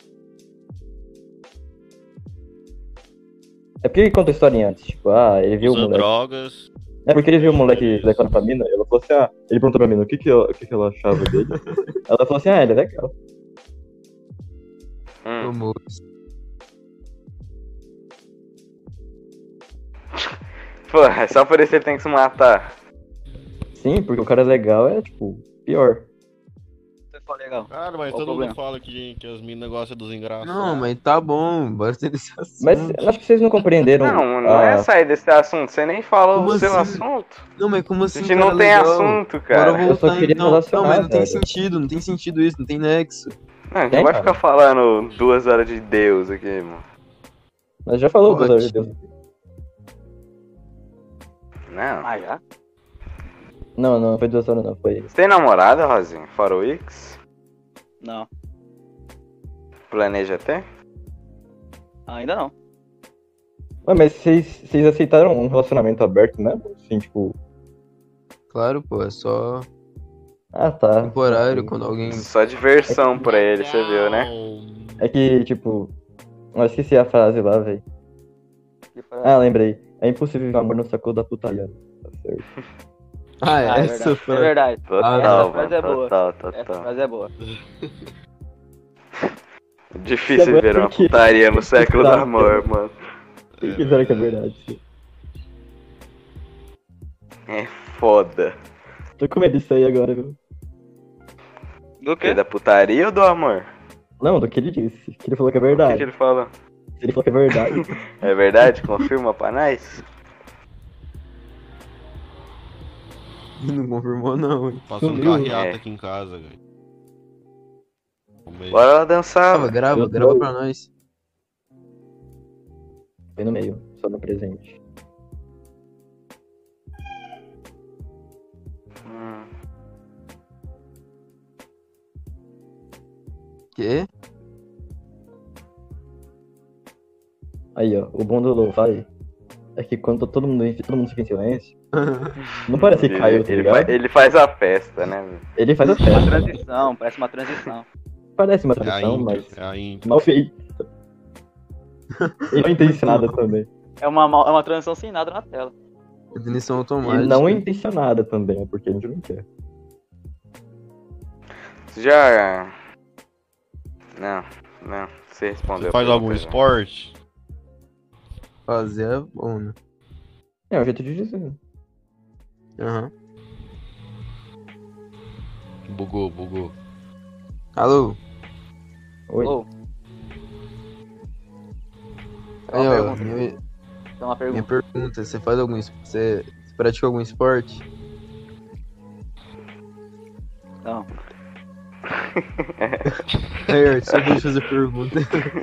É porque ele conta a história antes, tipo, ele viu o Usa moleque. drogas. É porque ele viu o moleque declarando pra mina, ela falou assim, ele perguntou pra mina o que ela achava dele. Ela falou assim, ele é legal. Ô, moço. Pô, é só por isso ele tem que se matar. Sim, porque o cara legal é, tipo, pior. Você fala legal. Cara, mas Qual o todo mundo problema? fala que as minas gostam dos engraçados. Não, mas tá bom, bora ter esse assunto. Mas acho que vocês não compreenderam. Não é sair desse assunto, você nem fala Como o seu assim? assunto. Não, mas como A assim, gente cara não tem legal? assunto, Bora cara. Eu só voltar queria então. Não, relacionar, mas não tem velho. sentido, não tem sentido isso, não tem nexo. Não, a gente Tem, não vai cara. ficar falando 2 horas de Deus aqui, mano. Mas já falou, Pode. Deus de Deus. Não. Ah, já? Não foi 2 horas não, foi. Você tem namorada, Rosinha? Fora o X? Não. Planeja ter? Ainda não. Ué, mas vocês aceitaram um relacionamento aberto, né? Assim, tipo. Claro, pô, é só Tá. temporário quando alguém. Só diversão pra ele, você viu, né? É que, tipo. Eu esqueci a frase lá, velho. Que parada. Lembrei. É impossível viver amor no saco da putaria. Tá certo. Ah, Ah, é essa verdade. É frase. verdade. Total, Essa mano. frase é boa. Total, Essa total. frase é boa. Difícil Agora ver uma por quê? putaria no século do Tá, amor, mano. Quem quiser que é verdade. É foda. Tô com medo disso aí agora, viu? Do É quê? da putaria ou do amor? Não, do que ele disse. Que ele falou que é O que, que verdade. ele falou? Ele falou que é verdade. É verdade? Confirma pra nós? Não confirmou, não. Hein? Passando Sumiu. carreata É. aqui em casa, velho. Bora lá dançar. Grava pra nós. Bem no meio, só no presente. Quê? Aí, ó, o bom do lo-fi é que quando todo mundo fica em silêncio, não parece que caiu, tá ligado? Ele faz a festa, né? Velho? Ele faz a Uma festa. transição, parece uma transição. Parece uma É a tradução, intro, mas é a intro. mal feita. E não intencionada também. É uma transição sem nada na tela. Definição E automática. não intencionada também, é porque a gente não quer. Já. Não. Você respondeu. Você a faz algum pergunta, já. esporte? Fazer é bom, né? É um jeito de dizer. Aham. Bugou. Alô? Oi. Ô, Aí, uma ó, pergunta. minha tem uma pergunta. pergunta, você faz algum você pratica algum esporte? Não. Aí, Art, só deixa eu fazer pergunta.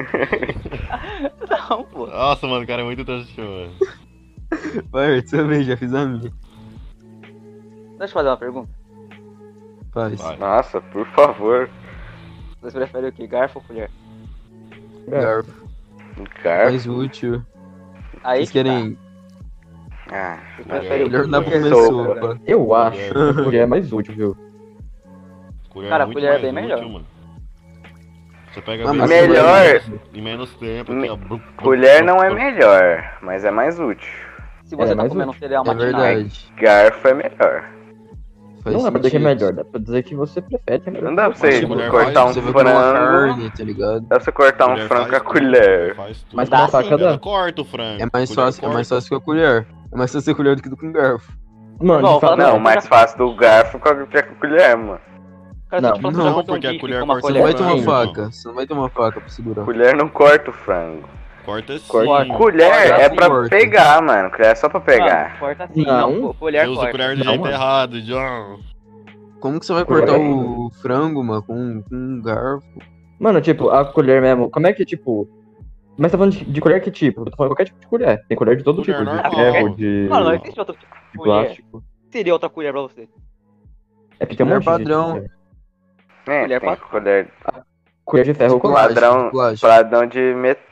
Não, pô. Nossa, mano, o cara é muito trouxa, mano. Vai, Art, sua vez, já fiz a minha. Deixa eu fazer uma pergunta. Faz. Vai. Nossa, por favor. Vocês preferem o quê? Garfo ou colher? Garfo. Garfo. Mais útil. Aí Vocês que querem. Ah, tá. Vocês preferem Melhor não dá pra comer Sopa. sopa. Eu acho que a colher é mais útil, viu? Colher Cara, é muito colher é mais bem útil, melhor. mano. Você pega Ah, bem mas melhor- em menos tempo. Me- Aqui, ó. colher não é melhor, mas é mais útil. Se você tá mais comendo um útil. cereal É matinal, verdade. Garfo é melhor. Faz Não dá pra dizer que é sentido. melhor, dá pra dizer que você prefere que é melhor. Não dá pra você Tipo, colher cortar um faz- Você vai comer uma frango. carne, tá ligado? Dá pra você cortar um Colher frango com a faz tudo, colher. faz tudo. Mas Dá com uma sim, faca Ela dá. corta o frango. É mais Colher fácil, é mais corta. fácil que a colher. É mais fácil ser colher do que com garfo. Mano, Não, de fato, fala- Não, mais fácil do garfo que a colher, mano. cara, Não, se eu te falar que não, você já cortou porque um a bife colher com uma corta Você Colher não vai ter uma frango, não. faca. Você não vai ter uma faca pra segurar. Colher não corta o frango. Corta sim. Corta. Colher Corta é sim, pra corta. pegar, mano. Colher é só pra pegar. Mano, corta assim, Não. não. Colher Você usa corta. colher do Não, jeito mano. errado, John. Como que você vai Colher. cortar o frango, mano, com um garfo? Mano, tipo, a colher mesmo, como é que, tipo... Mas tá falando de colher que tipo? Eu tô falando qualquer tipo de colher. Tem colher de todo Colher tipo, de normal. ferro, de Mano, não existe outro tipo de colher. plástico. Seria outra colher pra você. É porque tem um Colher monte de padrão. colher. É, Colher tem pra- colher Colher de ferro com Padrão- Plástico. padrão de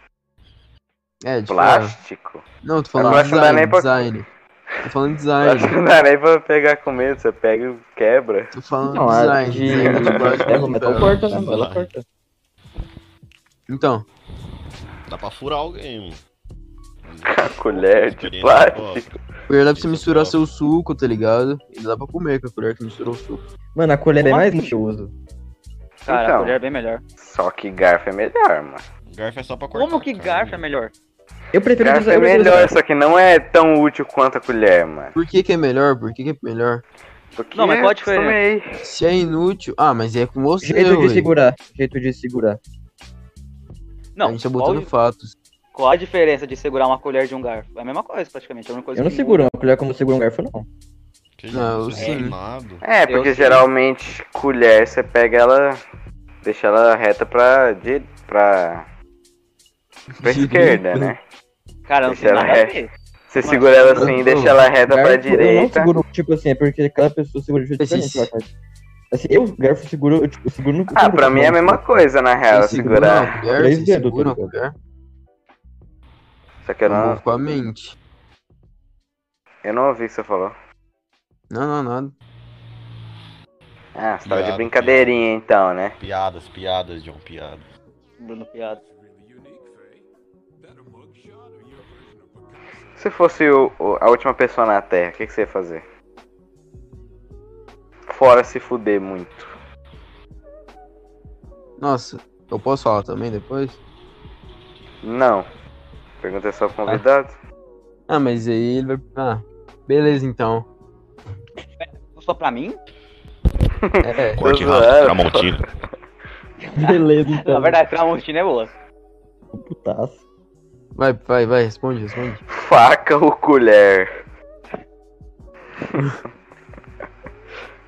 É, de ferro. plástico. Não, tô falando Eu acho que não dá nem pra- design. Tô falando Acho design. que não dá nem pra pegar com medo. Você pega e quebra. Tô falando Não, a design. de Design de plástico ferro, de metal ferro. corta, né? Ela corta. Então, Dá pra furar alguém, mano. Colher de Experiência plástico. colher dá pra você misturar seu suco, tá ligado? E dá pra comer com a colher que misturou o suco. Mano, a colher é bem Como mais assim? que eu uso. Cara, Então. a colher é bem melhor. Só que garfo é melhor, mano. Garfo é só pra cortar. Como que garfo é melhor? Eu prefiro Garfo usar- é eu prefiro melhor, usar- só que não é tão útil quanto a colher, mano. Por que que é melhor? Por que que é melhor? Porque Não, mas qual a eu acostumei. Se é inútil... Ah, mas é com você, Jeito de ué. segurar. Jeito de segurar. Não, A gente tá qual, botando fatos. qual a diferença de segurar uma colher de um garfo? É a mesma coisa, praticamente. É a única coisa Eu não que seguro uma colher como eu seguro um garfo, não. Que Não, isso, sim. nada. É, porque sei. geralmente colher você pega ela, deixa ela reta pra esquerda, né? Cara, não Deixa tem ela nada a é. ver. Você Mano, segura ela assim e deixa ela reta pra Garfo, eu não direita. seguro, tipo assim, é porque cada pessoa segura de jeito Esse- diferente, eu acho. Assim, eu, garfo, seguro, eu, tipo, seguro no... Ah, pra mim é a mesma coisa, na real, Você segura segurar. uma colher, Três você dedos, segura uma tá ligado? colher. Só que eu Eu não, movo com a mente. eu não ouvi o que você falou. Não, nada. Ah, você tava de Piada, brincadeirinha então, né? Piadas, John, piadas. Bruno Piada. Se fosse a última pessoa na Terra, o que você ia fazer? Fora se fuder muito. Nossa, eu posso falar também depois? Não. Pergunta é só pro convidado. Ah, mas aí ele vai... Ah, beleza então. Só pra mim? É, Corte Tô rápido, zoando. Tramontina. Beleza, Na então. verdade, Tramontina é boa. Putaço. vai, responde. Faca ou colher?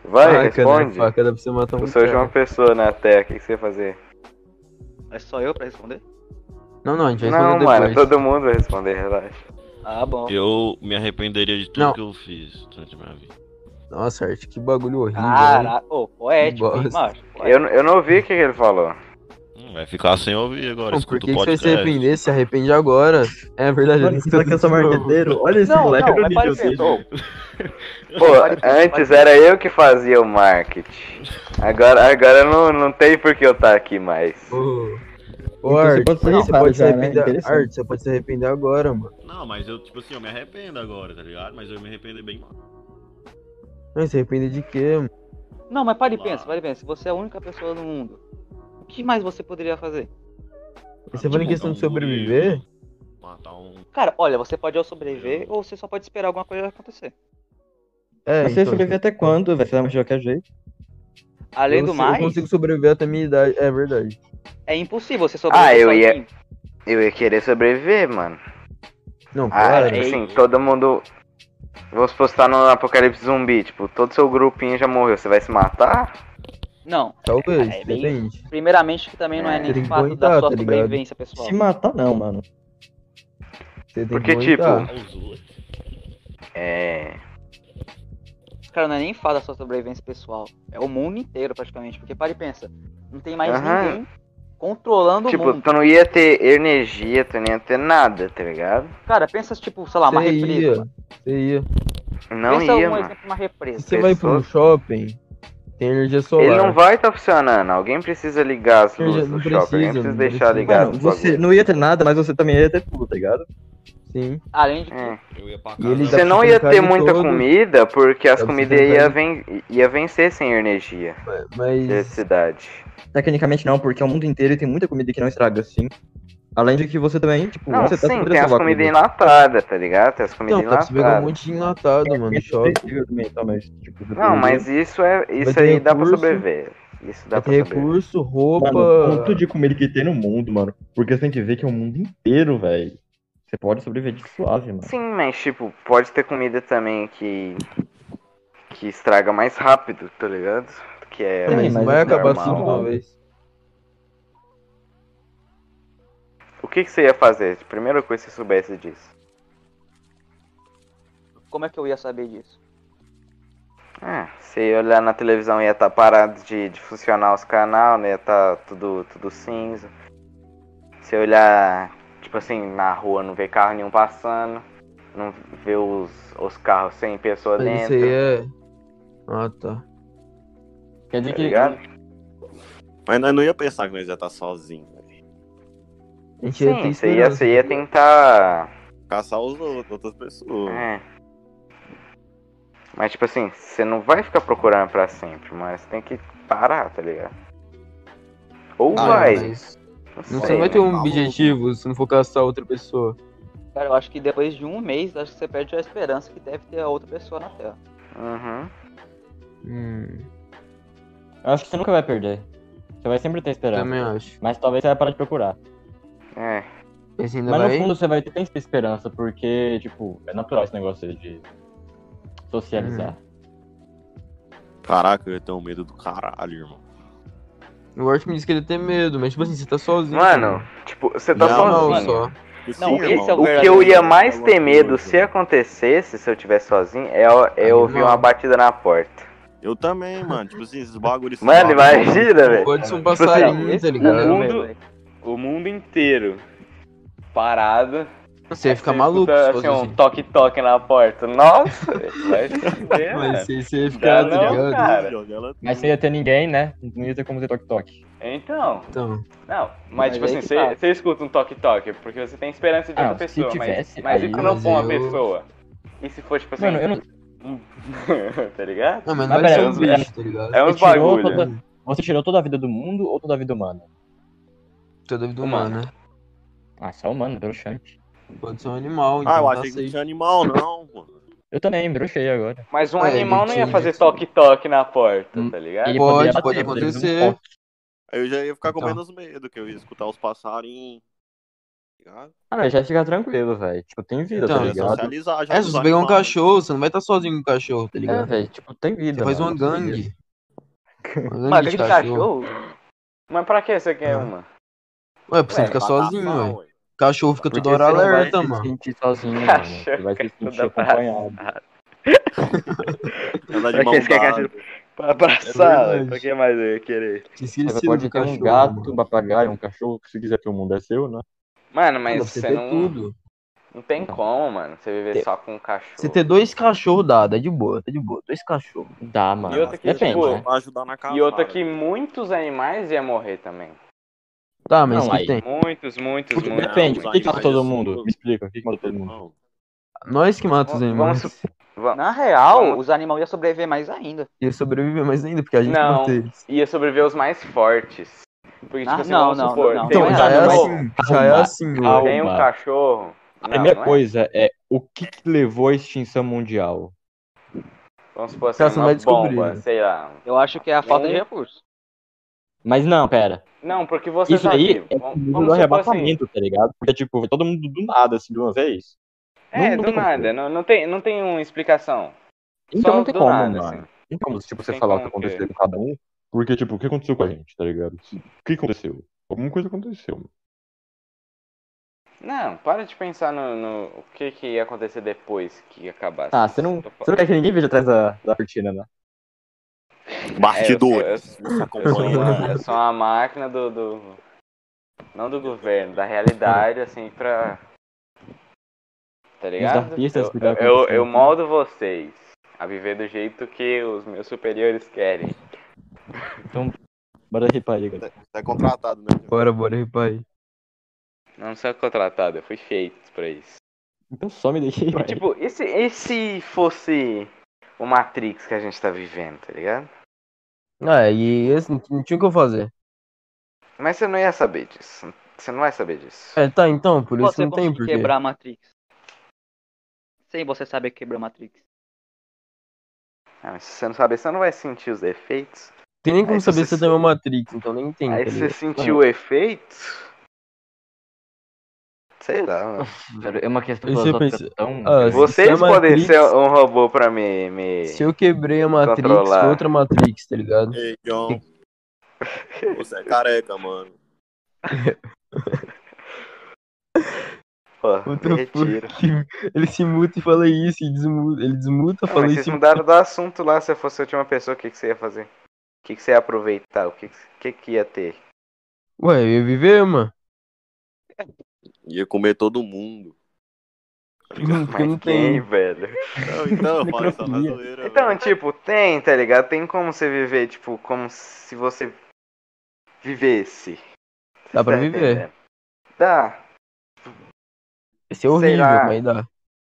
Vai, Faca, responde. né? Faca dá pra você matar um Se hoje uma cara. pessoa na Terra, o que você ia fazer? É só eu pra responder? Não, a gente vai Não, responder mano, depois. todo mundo vai responder, relaxa. Ah, bom. Eu me arrependeria de tudo Não. que eu fiz durante a minha vida. Nossa, Arte, que bagulho horrível. né? Caraca, ô, poético, hein, bosta. macho? Eu não ouvi o que ele falou. Vai ficar sem ouvir agora, Não, por escuta que o que você vai se podcast. arrepender? Se arrepende agora. É verdade, Mano, ele você fala que eu sou marqueteiro? Olha esse moleque, olha o mas nível pare dele. pensar, ô, Pô, antes era eu que fazia o marketing. Agora não tem por que eu estar aqui mais. Ô, Então Arte, você pode ser você rapado pode se já, né? arrepender. Interessante. Arte, você pode se arrepender agora, mano. Não, mas eu, tipo assim, eu me arrependo agora, tá ligado? Mas eu me arrependo bem mal. Não, se arrepender de quê, mano? Não, mas pare e pensa. Se você é a única pessoa no mundo, o que mais você poderia fazer? Você fala em questão de sobreviver? Matar um. Cara, olha, você pode ou sobreviver ou você só pode esperar alguma coisa acontecer. É, Mas você então, sobreviver até quando? Vai ser de qualquer jeito. Além do eu mais, consigo sobreviver até a minha idade. É verdade. é impossível você sobreviver eu ia- sozinho. Eu ia querer sobreviver, mano. Não, Ah, claro. tipo assim, todo mundo. Vou postar no apocalipse zumbi, tipo, todo seu grupinho já morreu, você vai se matar? Não, Talvez, é bem- depende. primeiramente que também não é É, nem tem que fato aguentar, da sua tá ligado? sobrevivência pessoal. Se matar, não, mano. Você tem Porque, que aguentar. É. Cara, não é nem fato da sua sobrevivência pessoal. É o mundo inteiro, praticamente. Porque para e pensa, não tem mais Aham. ninguém controlando o Tipo, mundo. tu não ia ter energia, tu não ia ter nada, tá ligado? Cara, pensa, tipo, sei lá, uma Você represa. ia, mano. você ia. Não pensa ia, um mano. exemplo de uma represa. Se você vai pra um Pessoas- shopping, tem energia solar. Ele não vai estar funcionando, alguém precisa ligar as luzes Não do shopping, alguém precisa, precisa não deixar precisa. ligado Mano, os você bagulho. não ia ter nada, mas você também ia ter tudo, tá ligado? Sim. Além de que, É. Eu ia pra E ele casa. dá Você não pra ia ficar ter em muita todo- comida, porque as Dá pra comidas ficar ia vencer sem energia, Mas. eletricidade. Tecnicamente não, porque é o mundo inteiro e tem muita comida que não estraga assim. Além de que você também, tipo, Não, você tá sim, sempre tem as salvar comidas comida. enlatadas, tá ligado? Tem as comidas Então, dá pra você pegar um enlatadas. monte de enlatado, mano, no shopping. Também, tá, mas, tipo, Não, mas isso ter aí dá pra recurso, sobreviver. Isso dá Vai pra ter sobreviver. recurso, roupa. Mano, o quanto de comida que tem no mundo, mano. Porque você tem que ver que é o mundo inteiro, velho. Você pode sobreviver de suave, mano. Sim, mas tipo, pode ter comida também que estraga mais rápido, tá ligado? Que é Mas mas vai isso é acabar normal. tudo de uma vez. O que você ia fazer? Primeira coisa que você soubesse disso. como é que eu ia saber disso? Você ia olhar na televisão ia estar parado de funcionar os canais, né? Ia estar tudo cinza. Você olhar, tipo assim, na rua, não vê carro nenhum passando. Não vê os carros sem pessoa Mas isso dentro. aí é. Ah, tá. Quer dizer Tá que ligado? Mas nós não ia pensar que nós ia estar sozinhos, velho. A gente ia ter Sim, esperança. você ia tentar. Caçar os outros, outras pessoas. É. Mas tipo assim, você não vai ficar procurando pra sempre, mas tem que parar, tá ligado? Ou vai. Mas Não você sei, não vai ter né? um objetivo se não for caçar outra pessoa. Cara, eu acho que depois de um mês, acho que você perde a esperança que deve ter a outra pessoa na Terra. Uhum. eu acho que você nunca vai perder. Você vai sempre ter esperança. Também acho. Mas talvez você vai parar de procurar. É. Esse ainda Mas vai. no fundo você vai ter sempre esperança, porque, tipo, é natural esse negócio de socializar. Caraca, eu ia ter um medo do caralho, irmão. O Art me disse que ele tem medo, mas tipo assim, você tá sozinho. Mano, tipo, você tá não, sozinho. só. Não, esse é O que eu ia mais ter medo se eu acontecesse, se eu tivesse sozinho, é ouvir uma batida na porta. Eu também, mano. Tipo assim, esses bagulhos. Mano, imagina, velho. Pode ser um Tipo assim, passarinho, esse tá ligado? é o mundo- velho. O mundo inteiro parado. Você ia ficar maluco escuta, se assim, fosse um assim. toque-toque na porta. Nossa, velho, vai se fuder, Mas velho. você ia ficar, Dá tá não, ligado? cara. Mas você ia ter ninguém, né? Não ia ter como ter toque-toque. Então, Então, não, mas Mas tipo aí assim, que tá. você escuta um toque-toque, porque você tem esperança de Ah, outra se pessoa, tivesse, mas aí- e se não Mas for uma eu- pessoa? E se for, tipo assim, Mano, eu não. tá ligado? não, mas Mas não vai ser pera, um bicho, tá ligado? É uns Você tirou bagulho. toda- Você tirou toda a vida do mundo ou toda a vida humana? Toda vida Humano. humana. Ah, só humano, broxante. Pode ser um animal, então Ah, eu tá achei que não safe. tinha animal, não, mano. Eu também, brochei agora. Mas um Ah, animal ele não ia tinha fazer isso. toque-toque na porta, Hum, tá ligado? Ele Pode, poderia pode bater, poderia fazer um acontecer. toque. Aí eu já ia ficar com Então. menos medo, que eu ia escutar os passarinhos. ligado? Ah, mas já fica tranquilo, velho. Tipo, tem vida, Então, tá É ligado? socializar já É, com se os você pegar um animais. cachorro, você não vai estar sozinho com o cachorro, tá É, ligado? velho, tipo, tem Você vida, faz mano. uma Tem vida. gangue. Uma Mas gangue de de cachorro. cachorro? Mas pra que você quer Aham. uma? Ué, pra você não Ué, ficar sozinho, ué. Matação, O ué. cachorro fica toda Porque hora você não vai alerta, se mano. sentir sozinho, mano. Você Cachorro vai que é se sentir toda acompanhado. abraçada. Anda de Pra que mão você quer cachorro? dada. Pra É abraçar, ué. Pra verdade. que mais eu ia querer? Tinha Você esquecido pode do ter um cachorro, gato, um mano. papagaio, um cachorro, que se quiser que o mundo é seu, né? Mano, Ah, dá mas pra você você ter não. tudo. Não tem como, mano. Você viver Ter- só com um Você ter cachorro. 2 cachorros dá de boa, tá de boa. 2 cachorros. Dá, E mano. outra que, Depende, tipo. né? Pra ajudar na E outra casada. que muitos animais iam morrer também. Tá, mas Não, o que aí. tem? Muitos, muitos, Porque muitos, Não, depende. os O muitos. que mata animais todo assim. mundo? Me explica, o que mata todo mundo? Não. Nós que mata os Vamos. animais. Na real, Vamos- os animais iam sobreviver mais ainda. Ia sobreviver mais ainda, porque a gente mata Não, eles. ia sobreviver os mais fortes. Porque, tipo assim, Não, vamos não, supor, não, tem não Então, um é já é assim, mas cachorro, assim. Já é Calma, assim, ué. calma. tem um cachorro. A Não, primeira não é assim. coisa é o que levou à extinção mundial? Vamos supor assim, Cara, você não uma vai descobrir, bomba, velho. sei lá. eu acho que é a falta de Um- recursos. Mas não, pera. Não, porque você Isso tá aí vivo. é o nível do Vamos supor assim. arrebatamento, tá ligado? Porque, tipo, todo mundo do nada, assim, de uma vez. Não, É, não do tem como nada, ser. não tem uma explicação. Então Só não tem do como, nada, mano. assim. Não tem como, tipo, você Tem falar o que como que. aconteceu com cada um. Porque, tipo, o que aconteceu com a gente, tá ligado? O que aconteceu? Alguma coisa aconteceu, mano. Não, para de pensar no o que ia acontecer depois que acabasse. Ah, você não quer que ninguém veja atrás da cortina, né? Bastidores. Você Eu sou acompanha. eu sou uma máquina não do governo, da realidade, assim, pra. Tá Nos dar ligado? pistas do que vai acontecer Eu aqui. moldo vocês a viver do jeito que os meus superiores querem. Então, bora ripar aí, galera. Você é contratado, né? Bora, repai. Não sou contratado, eu fui feito pra isso. Então some daqui, E vai. tipo, e se fosse o Matrix que a gente tá vivendo, tá ligado? Ah, e esse não tinha o que eu fazer. Mas você não ia saber disso. Você não vai saber disso. É, tá, então, por isso Você não tem conseguir porquê. quebrar a Matrix. Sem você saber quebrar a Matrix. Ah, mas se você não saber, você não vai sentir os efeitos. Tem nem como Aí se saber se você- você tem uma Matrix, então nem tem, Aí tá você ligado? sentiu o efeito. Sei lá, mano. É uma questão Deixa eu filosófica pensar. tão Ah, grande. se a Vocês podem Matrix- ser um robô pra me... Se eu quebrei a Matrix, controlar. foi outra Matrix, tá ligado? Ei, John. Você é careca, mano. Pô, What me the retiro. fuck? Ele se muta e fala isso, e desmuta, ele desmuta, Não, fala mas isso vocês e mudaram do assunto lá. Se eu fosse a última pessoa, o que você ia fazer? O que você ia aproveitar? O que ia ter? Ué, eu ia viver, mano. Ia comer todo mundo. Porque não Mas quem, tem. velho? Não, então, eu falei só na Necrofilia. zoeira, Então, velho. tipo, tem, tá ligado? Tem como você viver, tipo, como se você vivesse. Dá pra Tá viver. entendendo? Dá. Vai ser horrível, lá. mas dá.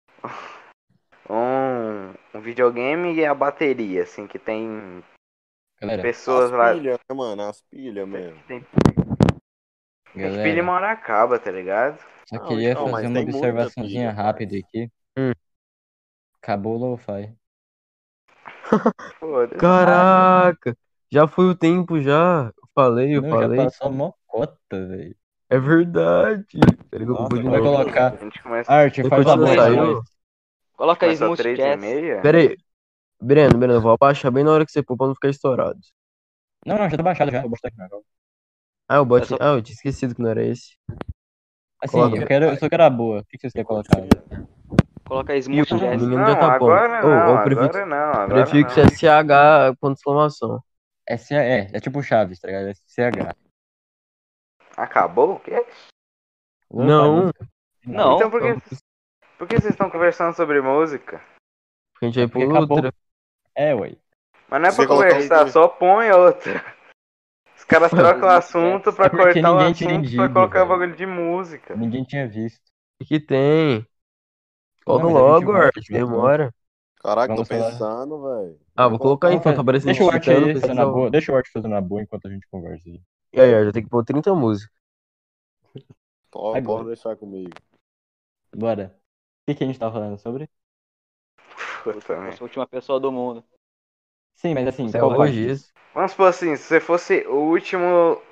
Um videogame e a bateria, assim, que tem Galera, pessoas As lá. pilhas, né, mano? As pilhas mesmo. Tem que pilha e uma hora acaba, tá ligado? só Não, queria então, mas fazer uma tem muita observaçãozinha pilha, rápida aqui. Hum. Acabou o lo-fi. Foda-se. Caraca! Já foi o tempo já. Eu Não, já falei. passou mó cota, velho. É verdade. Peraí que eu Nossa, confundi. Vai agora colocar. A gente começa, Arte, Você faz uma continua, boa pra saiu? nós. Coloca aí começa 3 e Smoothcast. meia. Pera aí. Breno, eu vou abaixar bem na hora que você pôr pra não ficar estourado. Não, já tá baixado já. Vou botar aqui agora. Ah, eu botei. É só- Ah, eu tinha esquecido que não era esse. Assim, Coloca. eu só quero a boa. O que vocês querem colocar? Coloca aí E o Smoothcast. menino Não, já tá bom. agora Ô, não, o prefixo, agora não, agora prefixo não. SH ponto de exclamação. É tipo Chaves, tá ligado? SCH. Acabou o quê? Não, Não. Então por que vocês estão conversando sobre música? a gente vai porque por acabou. outra. É, ué. Mas não é Você pra colocar conversar, o quê? só põe outra. Os caras trocam o assunto pra É porque cortar o ninguém tinha assunto pra entendido, colocar velho. bagulho de música. Ninguém tinha visto. O que tem? Coloca Não, mas a gente logo, volta, Art. a gente volta. Demora. Caraca, tô Vamos falar. pensando, velho. Ah, vou colocar então, tá aparecendo Deixa o Art digitando, aí pensei fazendo que na eu- boa. Deixa o Art fazendo na boa enquanto a gente conversa aí. E aí, Art, já tem que pôr 30 músicas. Pode Agora. deixar comigo. Bora. O que a gente tava falando sobre? Puta, Eu merda. sou a última pessoa do mundo. Sim, mas assim, Até qual parte hoje, disso? isso. Vamos supor assim, se você fosse o último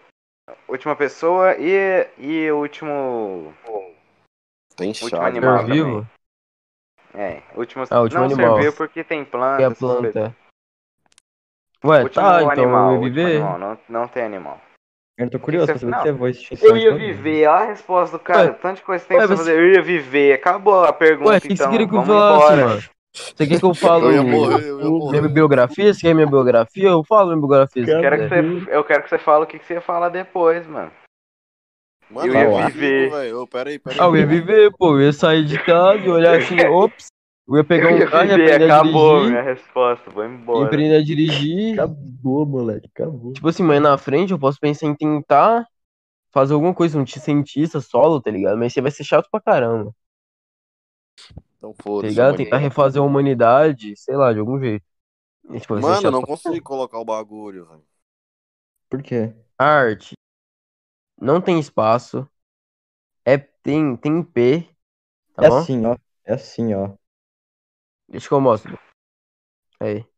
Última pessoa e o último. Tem Último chave. animal Ser vivo? também. Último. Ah, último não animal. serviu porque tem Que planta. é a essas coisas. planta. Ué, Último tá, então animal, eu ia último viver. animal. Não tem animal. Eu tô curioso pra você- saber o não, que você levou extinção Eu ia espontânea. viver, olha a resposta do cara. Tanta coisa que tem ué, pra você mas- fazer. Eu ia viver. Acabou a pergunta, Ué, o que você então. queria que eu Vamos falasse, embora. mano? Você quer que eu fale Eu ia morrer, eu ia minha morrer. biografia? Você quer minha biografia? Eu falo minha biografia se Eu quero, quiser. eu quero que você fale o que você ia falar depois, mano. Mano, Eu ia não viver. consigo, velho. Ô, Peraí. Ah, eu ia viver, pô. Eu ia sair de casa e olhar assim, ops. Eu ia pegar Eu ia um carro e viver, aprender a acabou dirigir. minha resposta. Vou E embora. aprender a dirigir. Acabou, moleque, acabou. Tipo assim, mas na frente eu posso pensar em tentar fazer alguma coisa, um cientista solo, tá ligado? Mas você vai ser chato pra caramba, Então tá foda-se. ligado? mano. Tentar refazer a humanidade, sei lá, de algum jeito. E, tipo, vai ser Mano, eu chato não pra consigo colocar o bagulho, velho. Por quê? arte. Não tem espaço. Tem P, tá É bom? assim, ó. É assim, ó. Deixa que eu mostro. Aí.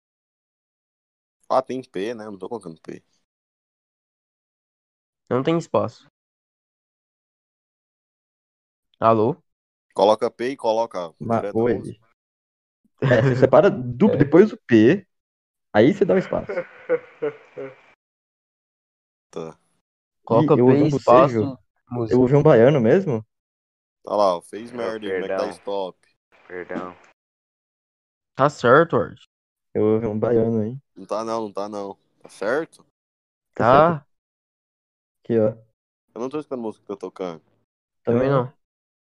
Ah, tem P, né? Eu não tô colocando P. Não tem espaço. Alô? Coloca P e coloca direto a Oi. música. É, você separa depois do P, aí você dá o espaço. Tá. Coloca eu P ouvi um espaço, bocejo. música. Eu ouvi um baiano mesmo? Tá lá, ó, fez merda aí. Como é que dá perdão. stop? Perdão. Tá certo, Art. Eu ouvi um baiano aí. Não tá não, não tá não. Tá certo? Tá? Aqui, ó. Eu não tô escutando a música que eu tô tocando. Também não.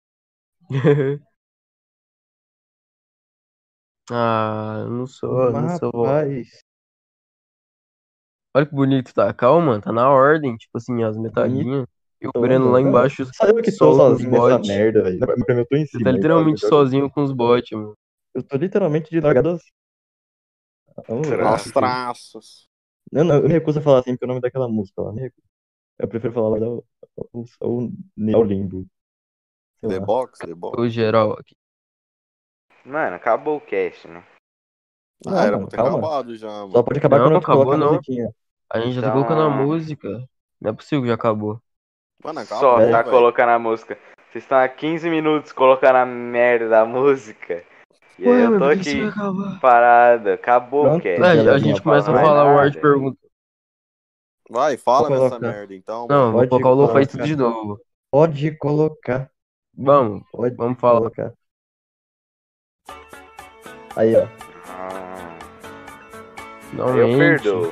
Ah, eu não sou, não Mas, sou. rapaz, Olha que bonito, tá? Calma, tá na ordem, tipo assim, as metadinhas. E o Breno lá mano. embaixo Só eu que tô solo com os sozinho nessa bots. merda, velho. Eu tô em Você cima. tá aí, literalmente fala, sozinho com os bots, mano. Eu tô literalmente de largadas. Vamos ver. As traças. Não, eu me recuso a falar assim porque é o nome daquela música lá. Me recuso. Eu prefiro falar lá o Neo Limbo. Sei The lá. Box, The Box. O geral aqui. Mano, acabou o cast, né? Não, Ah, era mano, pra ter calma. acabado já, Só mano. pode acabar Não, quando eu acabou colocar a não. musiquinha. A gente já tá Então- colocando a música. Não é possível que já acabou. Mano, Só acabou, tá velho. colocando a música. Vocês estão há 15 minutos colocando a merda da música. E aí eu tô aqui acabar? parado. Acabou o Pronto, cast. já A levinha gente começa a passou. falar, o Nada. Art pergunta. Vai, fala Vou nessa colocar. merda então, Não, mano. vou Pode colocar o Lo-Fi colocar. tudo de novo. Pode colocar. Vamos falar. Colocar. Aí, ó. Ah, eu Finalmente. perdoo.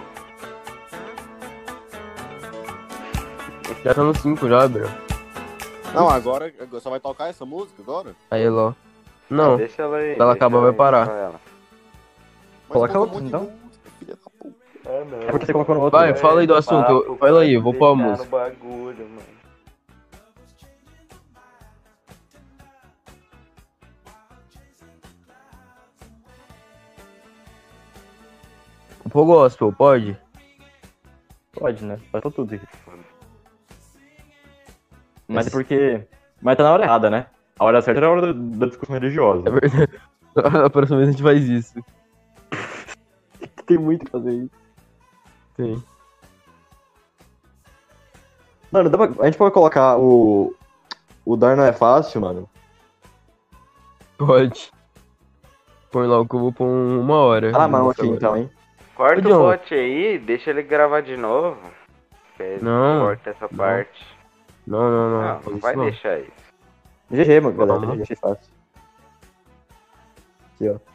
Já tá no 5 já, bro. Não, agora só vai tocar essa música agora? Aí, Ló. Não, Deixa ela aí. Quando ela deixa acabar, ela vai aí, parar. deixa ela. Mas Coloca coloca outra, um monte então. de música, filha da puta. Ah, não. É porque você colocou no outro. vai, lugar. fala aí do assunto. Fala aí, eu vou pôr a Deixar música. no bagulho, mano. Pô, gospel, pode? Pode, né? Pode pôr tudo aqui. Mas é porque. Mas tá na hora errada, né? A hora certa era a hora da discussão religiosa. É verdade. A próxima vez a gente faz isso. Tem muito que fazer isso. Tem. Mano, a gente pode colocar o. O Dar não é fácil, mano. Pode. Põe lá o que eu vou pôr uma hora. Tá na mão aqui então, hein? Corta Ô, o John. bot aí, deixa ele gravar de novo. Não, Corta essa não. parte. Não. Não, faz não isso vai não. deixar isso. GG, mano, galera. Vamos. GG fácil. Aqui, ó.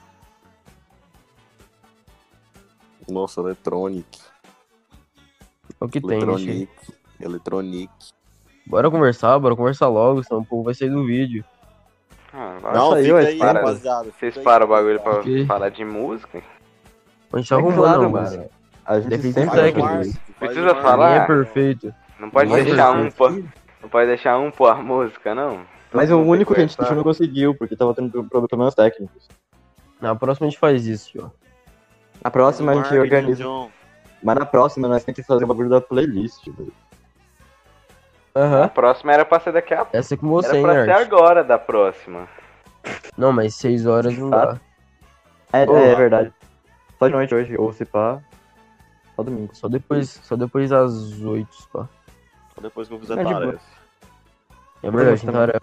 Nossa, Electronic. É o que tem, deixa aí. Electronic. Bora conversar logo, senão o povo vai sair do vídeo. Ah, vai. Não, aí, fica ué, aí, para. rapaziada. Vocês fica aí, param o bagulho rapaziada. pra Ok. falar de música? A gente tá É arrumando claro, a música. mano. A gente Defeito sempre Faz técnico. um faz arte, isso. faz Precisa um arte. falar? Ninguém é perfeito. Não pode Ninguém é deixar perfeito. não pode deixar um pôr a música, não? Mas Todo o mundo único que a gente tem deixou não conseguiu, porque tava tendo problemas técnicos. Na próxima a gente faz isso, tio. Na próxima a gente Marketing, organiza. John. Mas na próxima nós temos que fazer o bagulho da playlist, velho. A Aham. próxima era pra ser daqui a pouco. Essa é com você, Era hein, pra ser Art? agora da próxima. Não, mas 6 horas não dá. É Ô. verdade. Só de noite hoje, ou se pá. Só domingo. Só depois das 8, pá. Só depois que eu fizer É de boa. tarefa. É verdade, tem também. tarefa.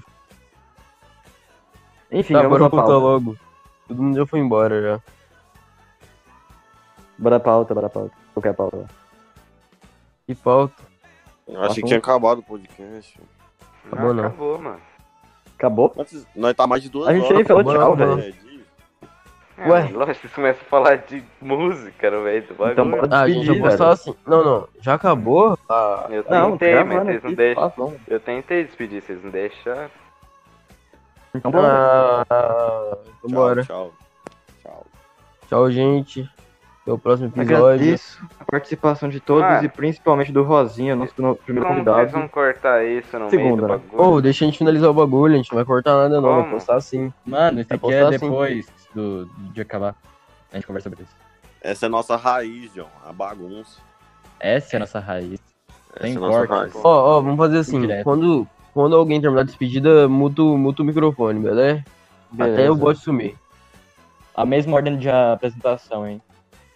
Enfim, Tá, vamos bora à contar pauta. logo. Todo mundo já foi embora já. Bora à pauta. Qualquer pauta. Que pauta. Eu achei que tinha acabado o podcast. Acabou não. Acabou, mano. Acabou? Nós tá mais de 2 A gente horas. nem falou Acabou, tchau, não, velho. É, disso. Ué. Lógico, vocês começam a falar de música, velho, do bagulho. Então bora Ah, a gente despedir, vai postar velho. assim. Não. Já acabou? Ah, Eu Não, tentei, tá mas gravando vocês não aqui, deixam. tá bom. Eu tentei despedir, vocês não deixaram. Então bora. Vambora. Tchau. Tchau, gente. Até o próximo episódio. Agradeço a participação de todos Mano. e principalmente do Rosinha, nosso primeiro Como que vocês convidado. vão cortar isso no Segunda, meio do né? bagulho? Ô, deixa a gente finalizar o bagulho, a gente não vai cortar nada não, vai Como? postar assim. Mano, isso Vai aqui é postar assim. depois de acabar. A gente conversa sobre isso. Essa é nossa raiz, John. A bagunça. Essa é a nossa raiz. Essa Tem é a nossa corte. raiz. Ó, vamos fazer assim, Direto. quando alguém terminar a despedida, muta o microfone, beleza? Até o bot sumir. A mesma ordem de apresentação, hein?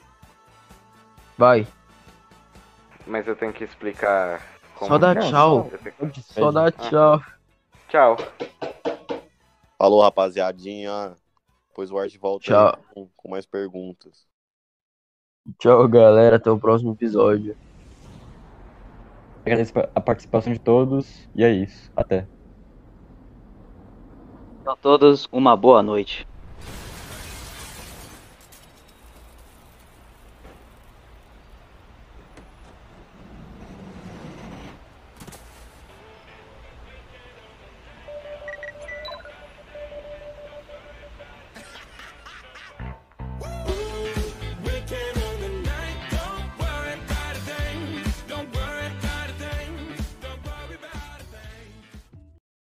Vai. Mas eu tenho que explicar como. Só dá que é. tchau. Eu tenho que- Só dá tchau. Tchau. Falou, rapaziadinha. Depois o Art volta Tchau. aí com mais perguntas. Tchau, galera. Até o próximo episódio. Agradeço a participação de todos e é isso. Até. Então, todos, uma boa noite.